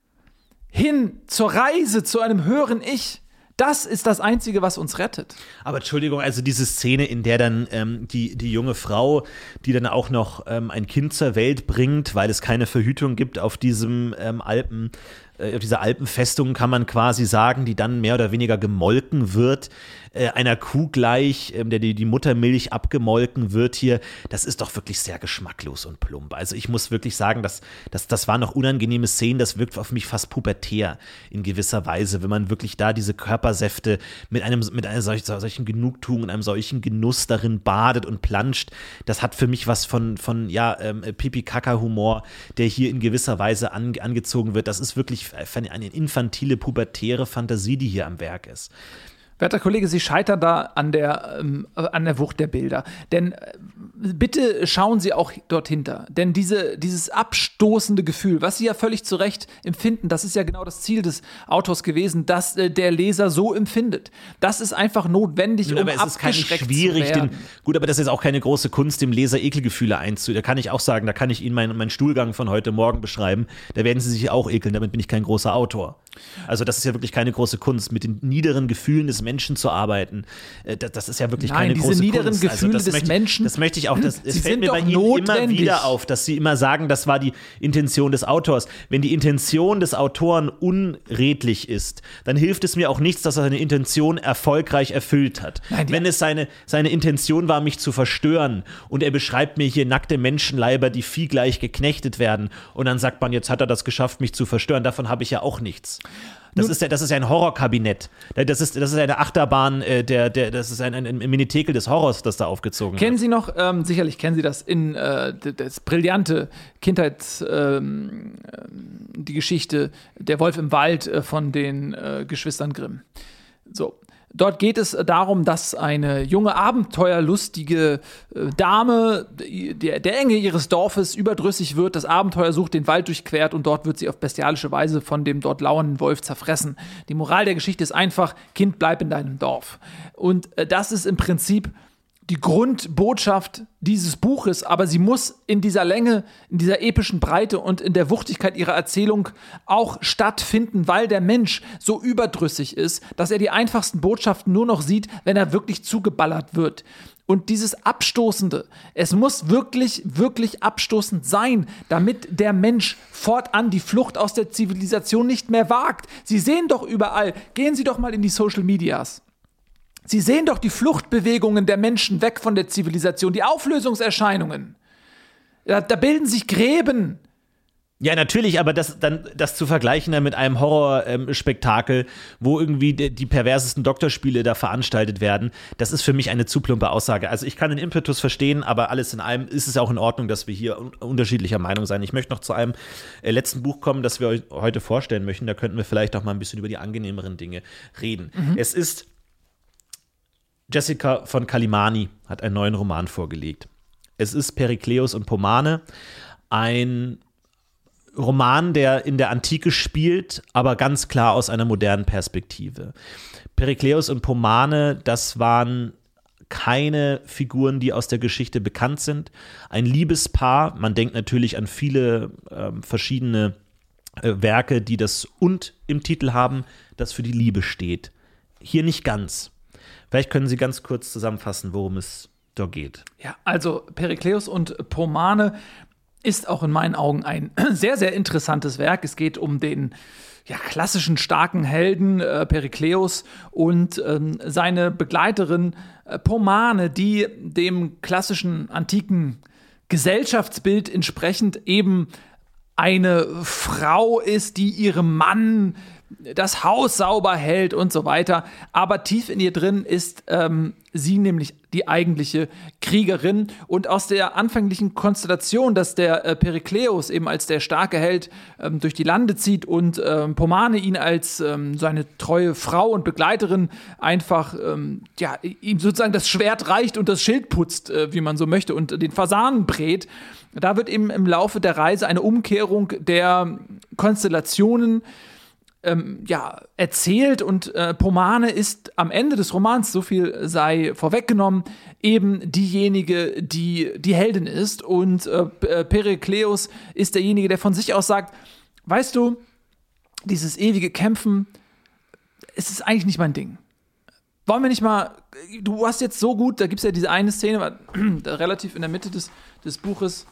hin zur Reise zu einem höheren Ich, das ist das Einzige, was uns rettet. Aber Entschuldigung, also diese Szene, in der dann ähm, die, die junge Frau, die dann auch noch ähm, ein Kind zur Welt bringt, weil es keine Verhütung gibt auf diesem ähm, Alpen, äh, auf dieser Alpenfestung, kann man quasi sagen, die dann mehr oder weniger gemolken wird, äh, einer Kuh gleich, äh, der die, die Muttermilch abgemolken wird hier, das ist doch wirklich sehr geschmacklos und plump. Also ich muss wirklich sagen, dass, dass, das waren noch unangenehme Szenen, das wirkt auf mich fast pubertär in gewisser Weise, wenn man wirklich da diese Körpersäfte mit einem mit einer solch, solchen Genugtuung und einem solchen Genuss darin badet und planscht. Das hat für mich was von, von ja, ähm, Pipi-Kaka-Humor, der hier in gewisser Weise an, angezogen wird. Das ist wirklich eine infantile, pubertäre Fantasie, die hier am Werk ist. Werter Kollege, Sie scheitern da an der, ähm, an der Wucht der Bilder. Denn äh, bitte schauen Sie auch dort hinter. Denn diese, dieses abstoßende Gefühl, was Sie ja völlig zu Recht empfinden, das ist ja genau das Ziel des Autors gewesen, dass äh, der Leser so empfindet. Das ist einfach notwendig, Nun, um aber es ist keine abgeschreckt schwierig, zu werden. Den, gut, aber das ist auch keine große Kunst, dem Leser Ekelgefühle einzu. Da kann ich auch sagen, da kann ich Ihnen meinen, meinen Stuhlgang von heute Morgen beschreiben. Da werden Sie sich auch ekeln, damit bin ich kein großer Autor. Also das ist ja wirklich keine große Kunst, mit den niederen Gefühlen des Menschen zu arbeiten. Das, das ist ja wirklich Nein, keine diese große niederen Kunst. Gefühle also das des möchte, Menschen, das möchte ich auch, das, es sie fällt sind mir bei doch Ihnen notwendig. immer wieder auf, dass Sie immer sagen, das war die Intention des Autors. Wenn die Intention des Autoren unredlich ist, dann hilft es mir auch nichts, dass er seine Intention erfolgreich erfüllt hat. Nein, Wenn es seine, seine Intention war, mich zu verstören und er beschreibt mir hier nackte Menschenleiber, die viehgleich geknechtet werden und dann sagt man, jetzt hat er das geschafft, mich zu verstören, davon habe ich ja auch nichts. Das ist ja, das ist ja ein Horrorkabinett. Das ist, das ist eine Achterbahn, äh, der, der, das ist ein, ein, ein Minitekel des Horrors, das da aufgezogen Kennen wird. Sie noch, ähm, sicherlich kennen Sie das, in äh, das brillante Kindheits, ähm, die Geschichte Der Wolf im Wald äh, von den äh, Geschwistern Grimm. So. Dort geht es darum, dass eine junge, abenteuerlustige äh, Dame der, der Enge ihres Dorfes überdrüssig wird, das Abenteuer sucht, den Wald durchquert und dort wird sie auf bestialische Weise von dem dort lauernden Wolf zerfressen. Die Moral der Geschichte ist einfach, Kind, bleib in deinem Dorf. Und äh, das ist im Prinzip die Grundbotschaft dieses Buches, aber sie muss in dieser Länge, in dieser epischen Breite und in der Wuchtigkeit ihrer Erzählung auch stattfinden, weil der Mensch so überdrüssig ist, dass er die einfachsten Botschaften nur noch sieht, wenn er wirklich zugeballert wird. Und dieses Abstoßende, es muss wirklich, wirklich abstoßend sein, damit der Mensch fortan die Flucht aus der Zivilisation nicht mehr wagt. Sie sehen doch überall, gehen Sie doch mal in die Social Medias. Sie sehen doch die Fluchtbewegungen der Menschen weg von der Zivilisation, die Auflösungserscheinungen. Da, da bilden sich Gräben. Ja, natürlich, aber das, dann, das zu vergleichen dann mit einem Horrorspektakel, ähm, wo irgendwie die, die perversesten Doktorspiele da veranstaltet werden, das ist für mich eine zu plumpe Aussage. Also ich kann den Impetus verstehen, aber alles in allem ist es auch in Ordnung, dass wir hier un- unterschiedlicher Meinung sein. Ich möchte noch zu einem äh, letzten Buch kommen, das wir euch heute vorstellen möchten. Da könnten wir vielleicht auch mal ein bisschen über die angenehmeren Dinge reden. Mhm. Es ist Jessica von Kalimani hat einen neuen Roman vorgelegt. Es ist Perikleos und Pomane, ein Roman, der in der Antike spielt, aber ganz klar aus einer modernen Perspektive. Perikleos und Pomane, das waren keine Figuren, die aus der Geschichte bekannt sind. Ein Liebespaar, man denkt natürlich an viele äh, verschiedene äh, Werke, die das „und“ im Titel haben, das für die Liebe steht. Hier nicht ganz. Vielleicht können Sie ganz kurz zusammenfassen, worum es da geht. Ja, also Perikleos und Pomane ist auch in meinen Augen ein sehr, sehr interessantes Werk. Es geht um den ja, klassischen starken Helden äh, Perikleos und ähm, seine Begleiterin äh, Pomane, die dem klassischen antiken Gesellschaftsbild entsprechend eben eine Frau ist, die ihrem Mann das Haus sauber hält und so weiter. Aber tief in ihr drin ist ähm, sie nämlich die eigentliche Kriegerin. Und aus der anfänglichen Konstellation, dass der äh, Perikleos eben als der starke Held ähm, durch die Lande zieht und ähm, Pomane ihn als ähm, seine treue Frau und Begleiterin einfach ähm, ja, ihm sozusagen das Schwert reicht und das Schild putzt, äh, wie man so möchte, und den Fasanen brät. Da wird eben im Laufe der Reise eine Umkehrung der Konstellationen Ähm, ja, erzählt, und äh, Pomane ist am Ende des Romans, so viel sei vorweggenommen, eben diejenige, die die Heldin ist, und äh, Perikleos ist derjenige, der von sich aus sagt, weißt du, dieses ewige Kämpfen, es ist eigentlich nicht mein Ding. Wollen wir nicht mal, du hast jetzt so gut, da gibt es ja diese eine Szene, relativ in der Mitte des, des Buches,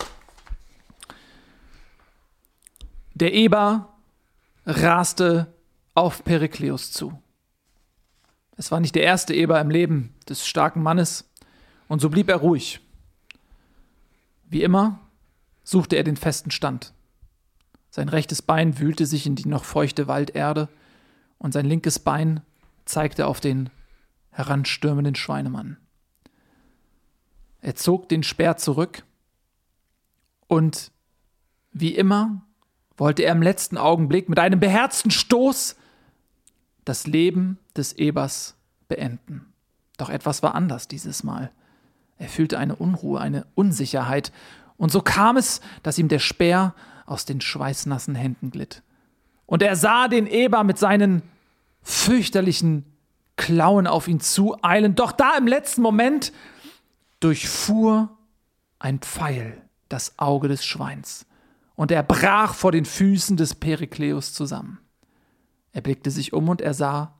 der Eber raste auf Perikleos zu. Es war nicht der erste Eber im Leben des starken Mannes, und so blieb er ruhig. Wie immer suchte er den festen Stand. Sein rechtes Bein wühlte sich in die noch feuchte Walderde, und sein linkes Bein zeigte auf den heranstürmenden Schweinemann. Er zog den Speer zurück, und wie immer wollte er im letzten Augenblick mit einem beherzten Stoß das Leben des Ebers beenden. Doch etwas war anders dieses Mal. Er fühlte eine Unruhe, eine Unsicherheit, und so kam es, dass ihm der Speer aus den schweißnassen Händen glitt. Und er sah den Eber mit seinen fürchterlichen Klauen auf ihn zueilen, doch da im letzten Moment durchfuhr ein Pfeil das Auge des Schweins. Und er brach vor den Füßen des Perikleos zusammen. Er blickte sich um, und er sah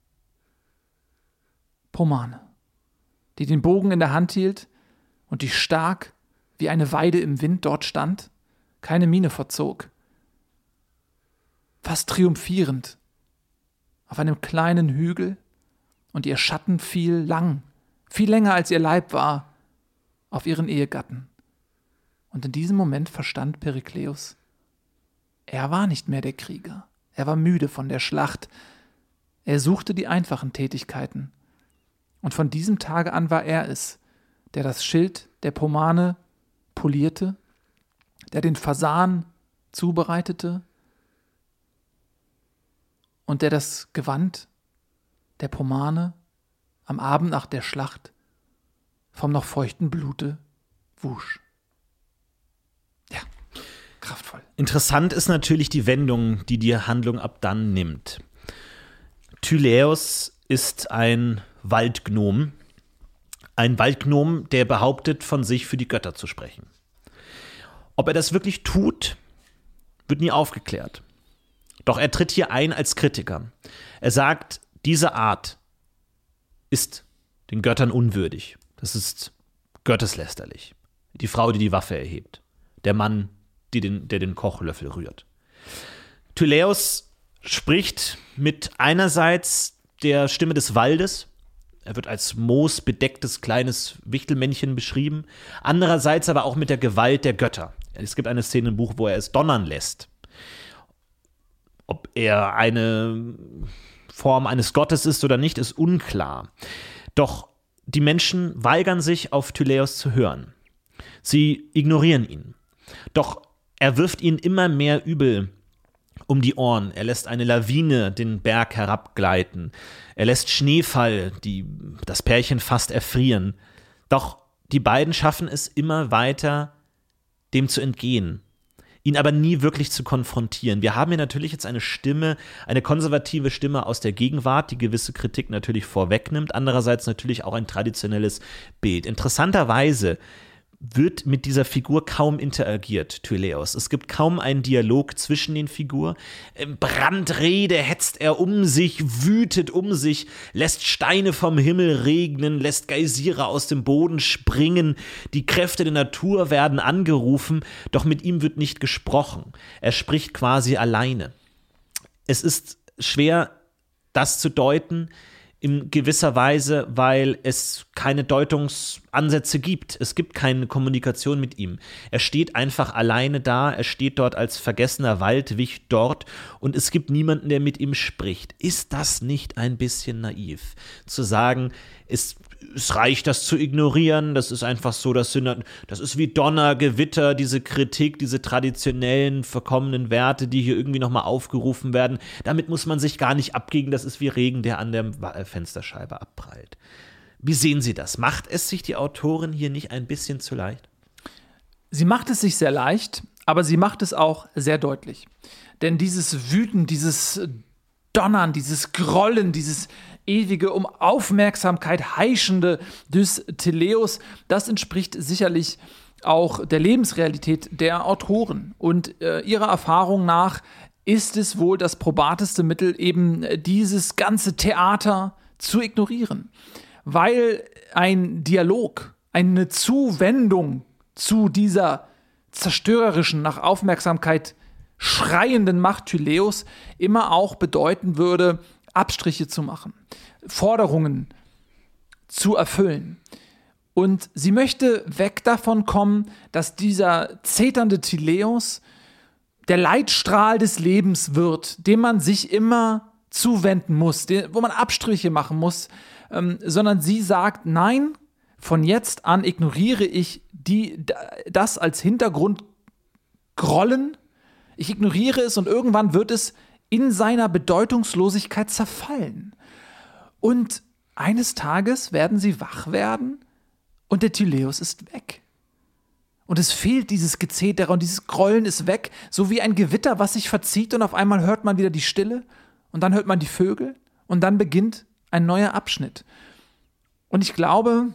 Pomane, die den Bogen in der Hand hielt und die stark wie eine Weide im Wind dort stand, keine Miene verzog. Fast triumphierend auf einem kleinen Hügel, und ihr Schatten fiel lang, viel länger als ihr Leib war, auf ihren Ehegatten. Und in diesem Moment verstand Perikleos, er war nicht mehr der Krieger. Er war müde von der Schlacht. Er suchte die einfachen Tätigkeiten. Und von diesem Tage an war er es, der das Schild der Pomane polierte, der den Fasan zubereitete und der das Gewand der Pomane am Abend nach der Schlacht vom noch feuchten Blute wusch. Ja, kraftvoll. Interessant ist natürlich die Wendung, die die Handlung ab dann nimmt. Tyleos ist ein Waldgnom, Ein Waldgnom, der behauptet, von sich für die Götter zu sprechen. Ob er das wirklich tut, wird nie aufgeklärt. Doch er tritt hier ein als Kritiker. Er sagt, diese Art ist den Göttern unwürdig. Das ist gotteslästerlich. Die Frau, die die Waffe erhebt. Der Mann, die den, der den Kochlöffel rührt. Tyleus spricht mit einerseits der Stimme des Waldes. Er wird als moosbedecktes kleines Wichtelmännchen beschrieben. Andererseits aber auch mit der Gewalt der Götter. Es gibt eine Szene im Buch, wo er es donnern lässt. Ob er eine Form eines Gottes ist oder nicht, ist unklar. Doch die Menschen weigern sich, auf Tyleus zu hören. Sie ignorieren ihn. Doch er wirft ihnen immer mehr Übel um die Ohren. Er lässt eine Lawine den Berg herabgleiten. Er lässt Schneefall, die das Pärchen fast erfrieren. Doch die beiden schaffen es immer weiter, dem zu entgehen, ihn aber nie wirklich zu konfrontieren. Wir haben hier natürlich jetzt eine Stimme, eine konservative Stimme aus der Gegenwart, die gewisse Kritik natürlich vorwegnimmt, andererseits natürlich auch ein traditionelles Bild. Interessanterweise wird mit dieser Figur kaum interagiert, Tyleus. Es gibt kaum einen Dialog zwischen den Figuren. Im Brandrede hetzt er um sich, wütet um sich, lässt Steine vom Himmel regnen, lässt Geysire aus dem Boden springen. Die Kräfte der Natur werden angerufen, doch mit ihm wird nicht gesprochen. Er spricht quasi alleine. Es ist schwer, das zu deuten, in gewisser Weise, weil es keine Deutungsansätze gibt. Es gibt keine Kommunikation mit ihm. Er steht einfach alleine da, er steht dort als vergessener Waldwicht dort und es gibt niemanden, der mit ihm spricht. Ist das nicht ein bisschen naiv? Zu sagen, es, es reicht, das zu ignorieren, das ist einfach so, das, sind, das ist wie Donner, Gewitter, diese Kritik, diese traditionellen, verkommenen Werte, die hier irgendwie nochmal aufgerufen werden. Damit muss man sich gar nicht abgeben, das ist wie Regen, der an der Fensterscheibe abprallt. Wie sehen Sie das? Macht es sich die Autorin hier nicht ein bisschen zu leicht? Sie macht es sich sehr leicht, aber sie macht es auch sehr deutlich. Denn dieses Wüten, dieses Donnern, dieses Grollen, dieses ewige um Aufmerksamkeit heischende des Tyleus, das entspricht sicherlich auch der Lebensrealität der Autoren. Und äh, ihrer Erfahrung nach ist es wohl das probateste Mittel, eben dieses ganze Theater zu ignorieren. Weil ein Dialog, eine Zuwendung zu dieser zerstörerischen, nach Aufmerksamkeit schreienden Macht Tyleus immer auch bedeuten würde, Abstriche zu machen, Forderungen zu erfüllen. Und sie möchte weg davon kommen, dass dieser zeternde Tyleus der Leitstrahl des Lebens wird, dem man sich immer zuwenden muss, den, wo man Abstriche machen muss, ähm, sondern sie sagt, nein, von jetzt an ignoriere ich die, das als Hintergrundgrollen, ich ignoriere es und irgendwann wird es in seiner Bedeutungslosigkeit zerfallen. Und eines Tages werden sie wach werden und der Tyleus ist weg. Und es fehlt dieses Gezeter und dieses Grollen ist weg, so wie ein Gewitter, was sich verzieht und auf einmal hört man wieder die Stille und dann hört man die Vögel und dann beginnt ein neuer Abschnitt. Und ich glaube,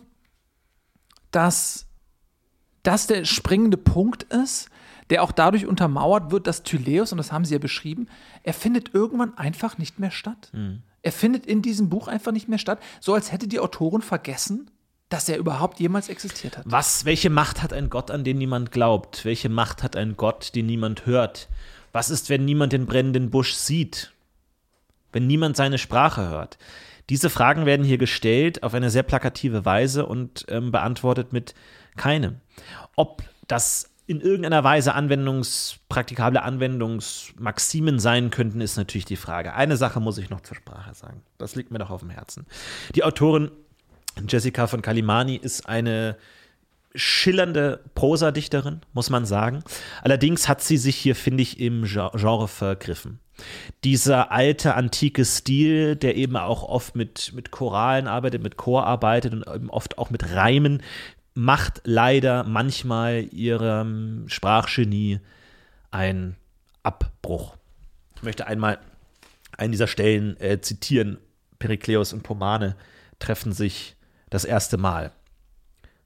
dass das der springende Punkt ist, der auch dadurch untermauert wird, dass Tyleus, und das haben sie ja beschrieben, er findet irgendwann einfach nicht mehr statt. Mhm. Er findet in diesem Buch einfach nicht mehr statt, so als hätte die Autorin vergessen, dass er überhaupt jemals existiert hat. Was, welche Macht hat ein Gott, an den niemand glaubt? Welche Macht hat ein Gott, den niemand hört? Was ist, wenn niemand den brennenden Busch sieht? Wenn niemand seine Sprache hört? Diese Fragen werden hier gestellt auf eine sehr plakative Weise und ähm, beantwortet mit keinem. Ob das in irgendeiner Weise Anwendungs, praktikable Anwendungsmaximen sein könnten, ist natürlich die Frage. Eine Sache muss ich noch zur Sprache sagen. Das liegt mir doch auf dem Herzen. Die Autorin Jessica von Kalimani ist eine schillernde Prosadichterin, muss man sagen. Allerdings hat sie sich hier, finde ich, im Genre vergriffen. Dieser alte, antike Stil, der eben auch oft mit, mit Choralen arbeitet, mit Chor arbeitet und eben oft auch mit Reimen, macht leider manchmal ihrem Sprachgenie einen Abbruch. Ich möchte einmal einen dieser Stellen äh, zitieren. Perikleus und Pomane treffen sich das erste Mal.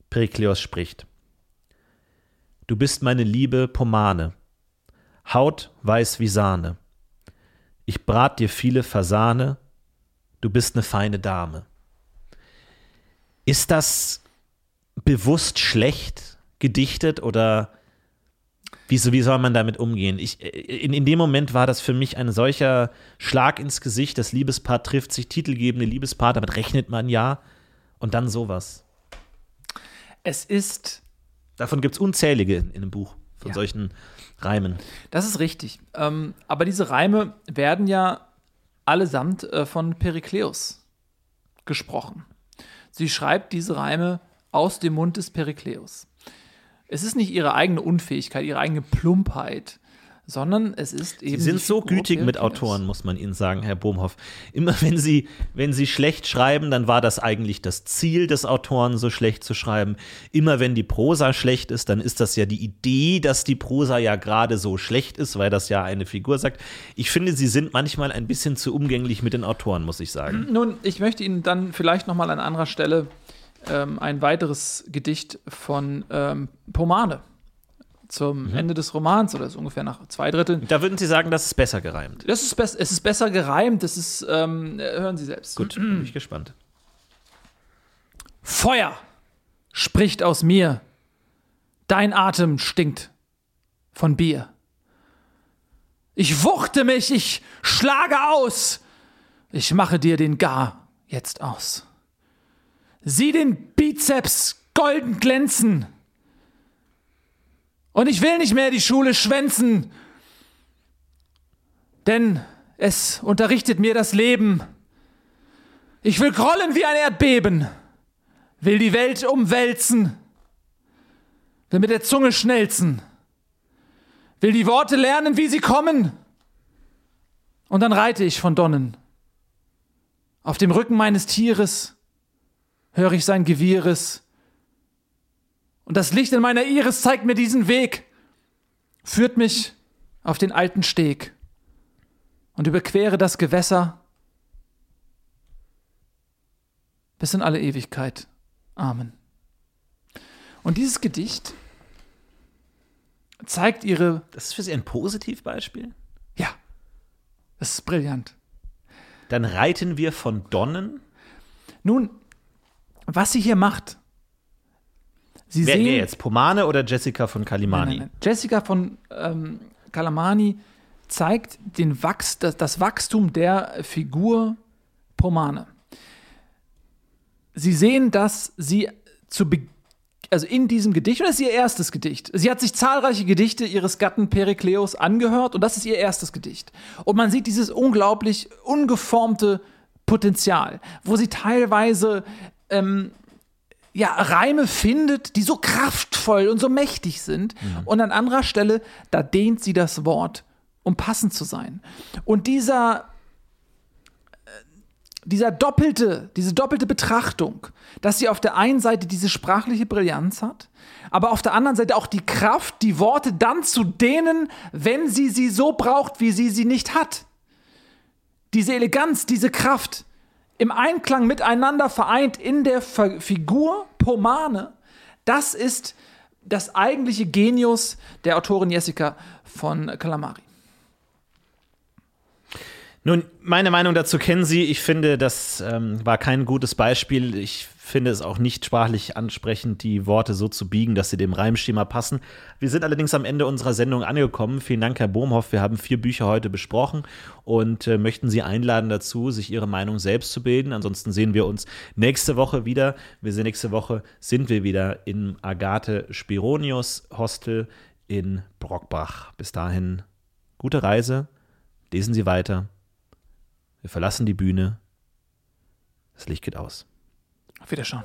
Perikleos spricht. Du bist meine liebe Pomane, Haut weiß wie Sahne. Ich brat dir viele Fasane, du bist eine feine Dame. Ist das bewusst schlecht gedichtet oder wie, wie soll man damit umgehen? Ich, in, in dem Moment war das für mich ein solcher Schlag ins Gesicht, das Liebespaar trifft sich, titelgebende Liebespaar, damit rechnet man ja und dann sowas. Es ist Davon gibt es unzählige in, in einem Buch, von Ja. solchen Reimen. Das ist richtig. Ähm, aber diese Reime werden ja allesamt äh, von Perikleos gesprochen. Sie schreibt diese Reime aus dem Mund des Perikleos. Es ist nicht ihre eigene Unfähigkeit, ihre eigene Plumpheit, sondern es ist eben. Sie sind die so Figur gütig mit Perikleos. Autoren, muss man Ihnen sagen, Herr Bohmhoff. Immer wenn Sie, wenn Sie schlecht schreiben, dann war das eigentlich das Ziel des Autoren, so schlecht zu schreiben. Immer wenn die Prosa schlecht ist, dann ist das ja die Idee, dass die Prosa ja gerade so schlecht ist, weil das ja eine Figur sagt. Ich finde, Sie sind manchmal ein bisschen zu umgänglich mit den Autoren, muss ich sagen. Nun, ich möchte Ihnen dann vielleicht noch mal an anderer Stelle ähm, ein weiteres Gedicht von ähm, Pomane zum Mhm. Ende des Romans, oder ist ungefähr nach zwei Dritteln. Da würden Sie sagen, das ist besser gereimt. Das ist bess- es ist besser gereimt, das ist, ähm, hören Sie selbst. Gut, bin ich gespannt. Feuer spricht aus mir, dein Atem stinkt von Bier. Ich wuchte mich, ich schlage aus, ich mache dir den Gar jetzt aus. Sieh den Bizeps golden glänzen, und ich will nicht mehr die Schule schwänzen, denn es unterrichtet mir das Leben. Ich will grollen wie ein Erdbeben, will die Welt umwälzen, will mit der Zunge schnelzen, will die Worte lernen, wie sie kommen, und dann reite ich von Donnen. Auf dem Rücken meines Tieres höre ich sein Gewieres, und das Licht in meiner Iris zeigt mir diesen Weg, führt mich auf den alten Steg und überquere das Gewässer bis in alle Ewigkeit. Amen. Und dieses Gedicht zeigt ihre, Das ist für Sie ein Positivbeispiel? ja, das ist brillant. Dann reiten wir von Donnen. Nun, was sie hier macht, sie Wer, sehen, wer jetzt? Pomane oder Jessica von Kalimani? Nein, nein, nein. Jessica von ähm, Kalamani zeigt den Wachs, das, das Wachstum der Figur Pomane. Sie sehen, dass sie zu Be- also in diesem Gedicht, und das ist ihr erstes Gedicht. Sie hat sich zahlreiche Gedichte ihres Gatten Perikleos angehört, und das ist ihr erstes Gedicht. Und man sieht dieses unglaublich ungeformte Potenzial, wo sie teilweise ähm, ja, Reime findet, die so kraftvoll und so mächtig sind. Mhm. Und an anderer Stelle, da dehnt sie das Wort, um passend zu sein. Und dieser, äh, dieser doppelte, diese doppelte Betrachtung, dass sie auf der einen Seite diese sprachliche Brillanz hat, aber auf der anderen Seite auch die Kraft, die Worte dann zu dehnen, wenn sie sie so braucht, wie sie sie nicht hat. Diese Eleganz, diese Kraft, im Einklang miteinander vereint in der F- Figur Pomane, das ist das eigentliche Genius der Autorin Jessica von Kalamari. Nun, meine Meinung dazu kennen Sie. Ich finde, das ähm, war kein gutes Beispiel. Ich finde es auch nicht sprachlich ansprechend, die Worte so zu biegen, dass sie dem Reimschema passen. Wir sind allerdings am Ende unserer Sendung angekommen. Vielen Dank, Herr Bohmhoff. Wir haben vier Bücher heute besprochen und äh, möchten Sie einladen dazu, sich Ihre Meinung selbst zu bilden. Ansonsten sehen wir uns nächste Woche wieder. Wir sind nächste Woche sind wir wieder im Agathe Spironius Hostel in Brockbach. Bis dahin, gute Reise. Lesen Sie weiter. Wir verlassen die Bühne. Das Licht geht aus. Auf Wiederschauen.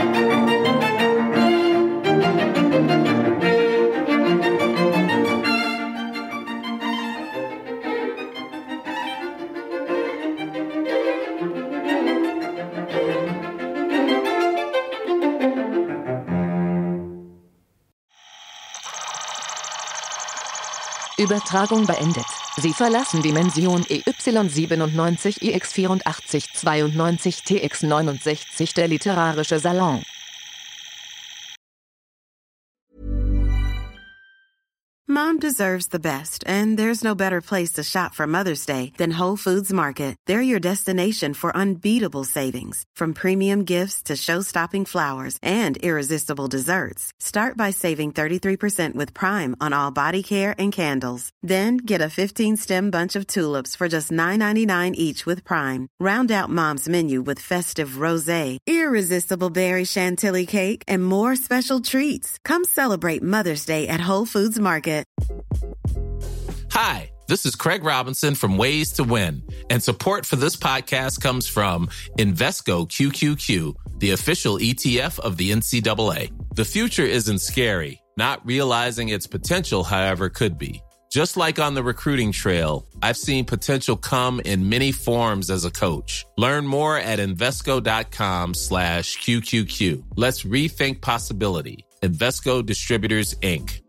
Übertragung beendet. Sie verlassen Dimension E Y siebenundneunzig I X vierundachtzig zweiundneunzig T X neunundsechzig der literarische Salon. Mom deserves the best, and there's no better place to shop for Mother's Day than Whole Foods Market. They're your destination for unbeatable savings, from premium gifts to show-stopping flowers and irresistible desserts. Start by saving thirty-three percent with Prime on all body care and candles. Then get a fifteen-stem bunch of tulips for just nine ninety-nine each with Prime. Round out Mom's menu with festive rosé, irresistible berry chantilly cake, and more special treats. Come celebrate Mother's Day at Whole Foods Market. Hi, this is Craig Robinson from Ways to Win, and support for this podcast comes from Invesco Q Q Q, the official E T F of the N C double A. The future isn't scary. Not realizing its potential, however, could be. Just like on the recruiting trail, I've seen potential come in many forms as a coach. Learn more at Invesco.com slash QQQ. Let's rethink possibility. Invesco Distributors, Incorporated.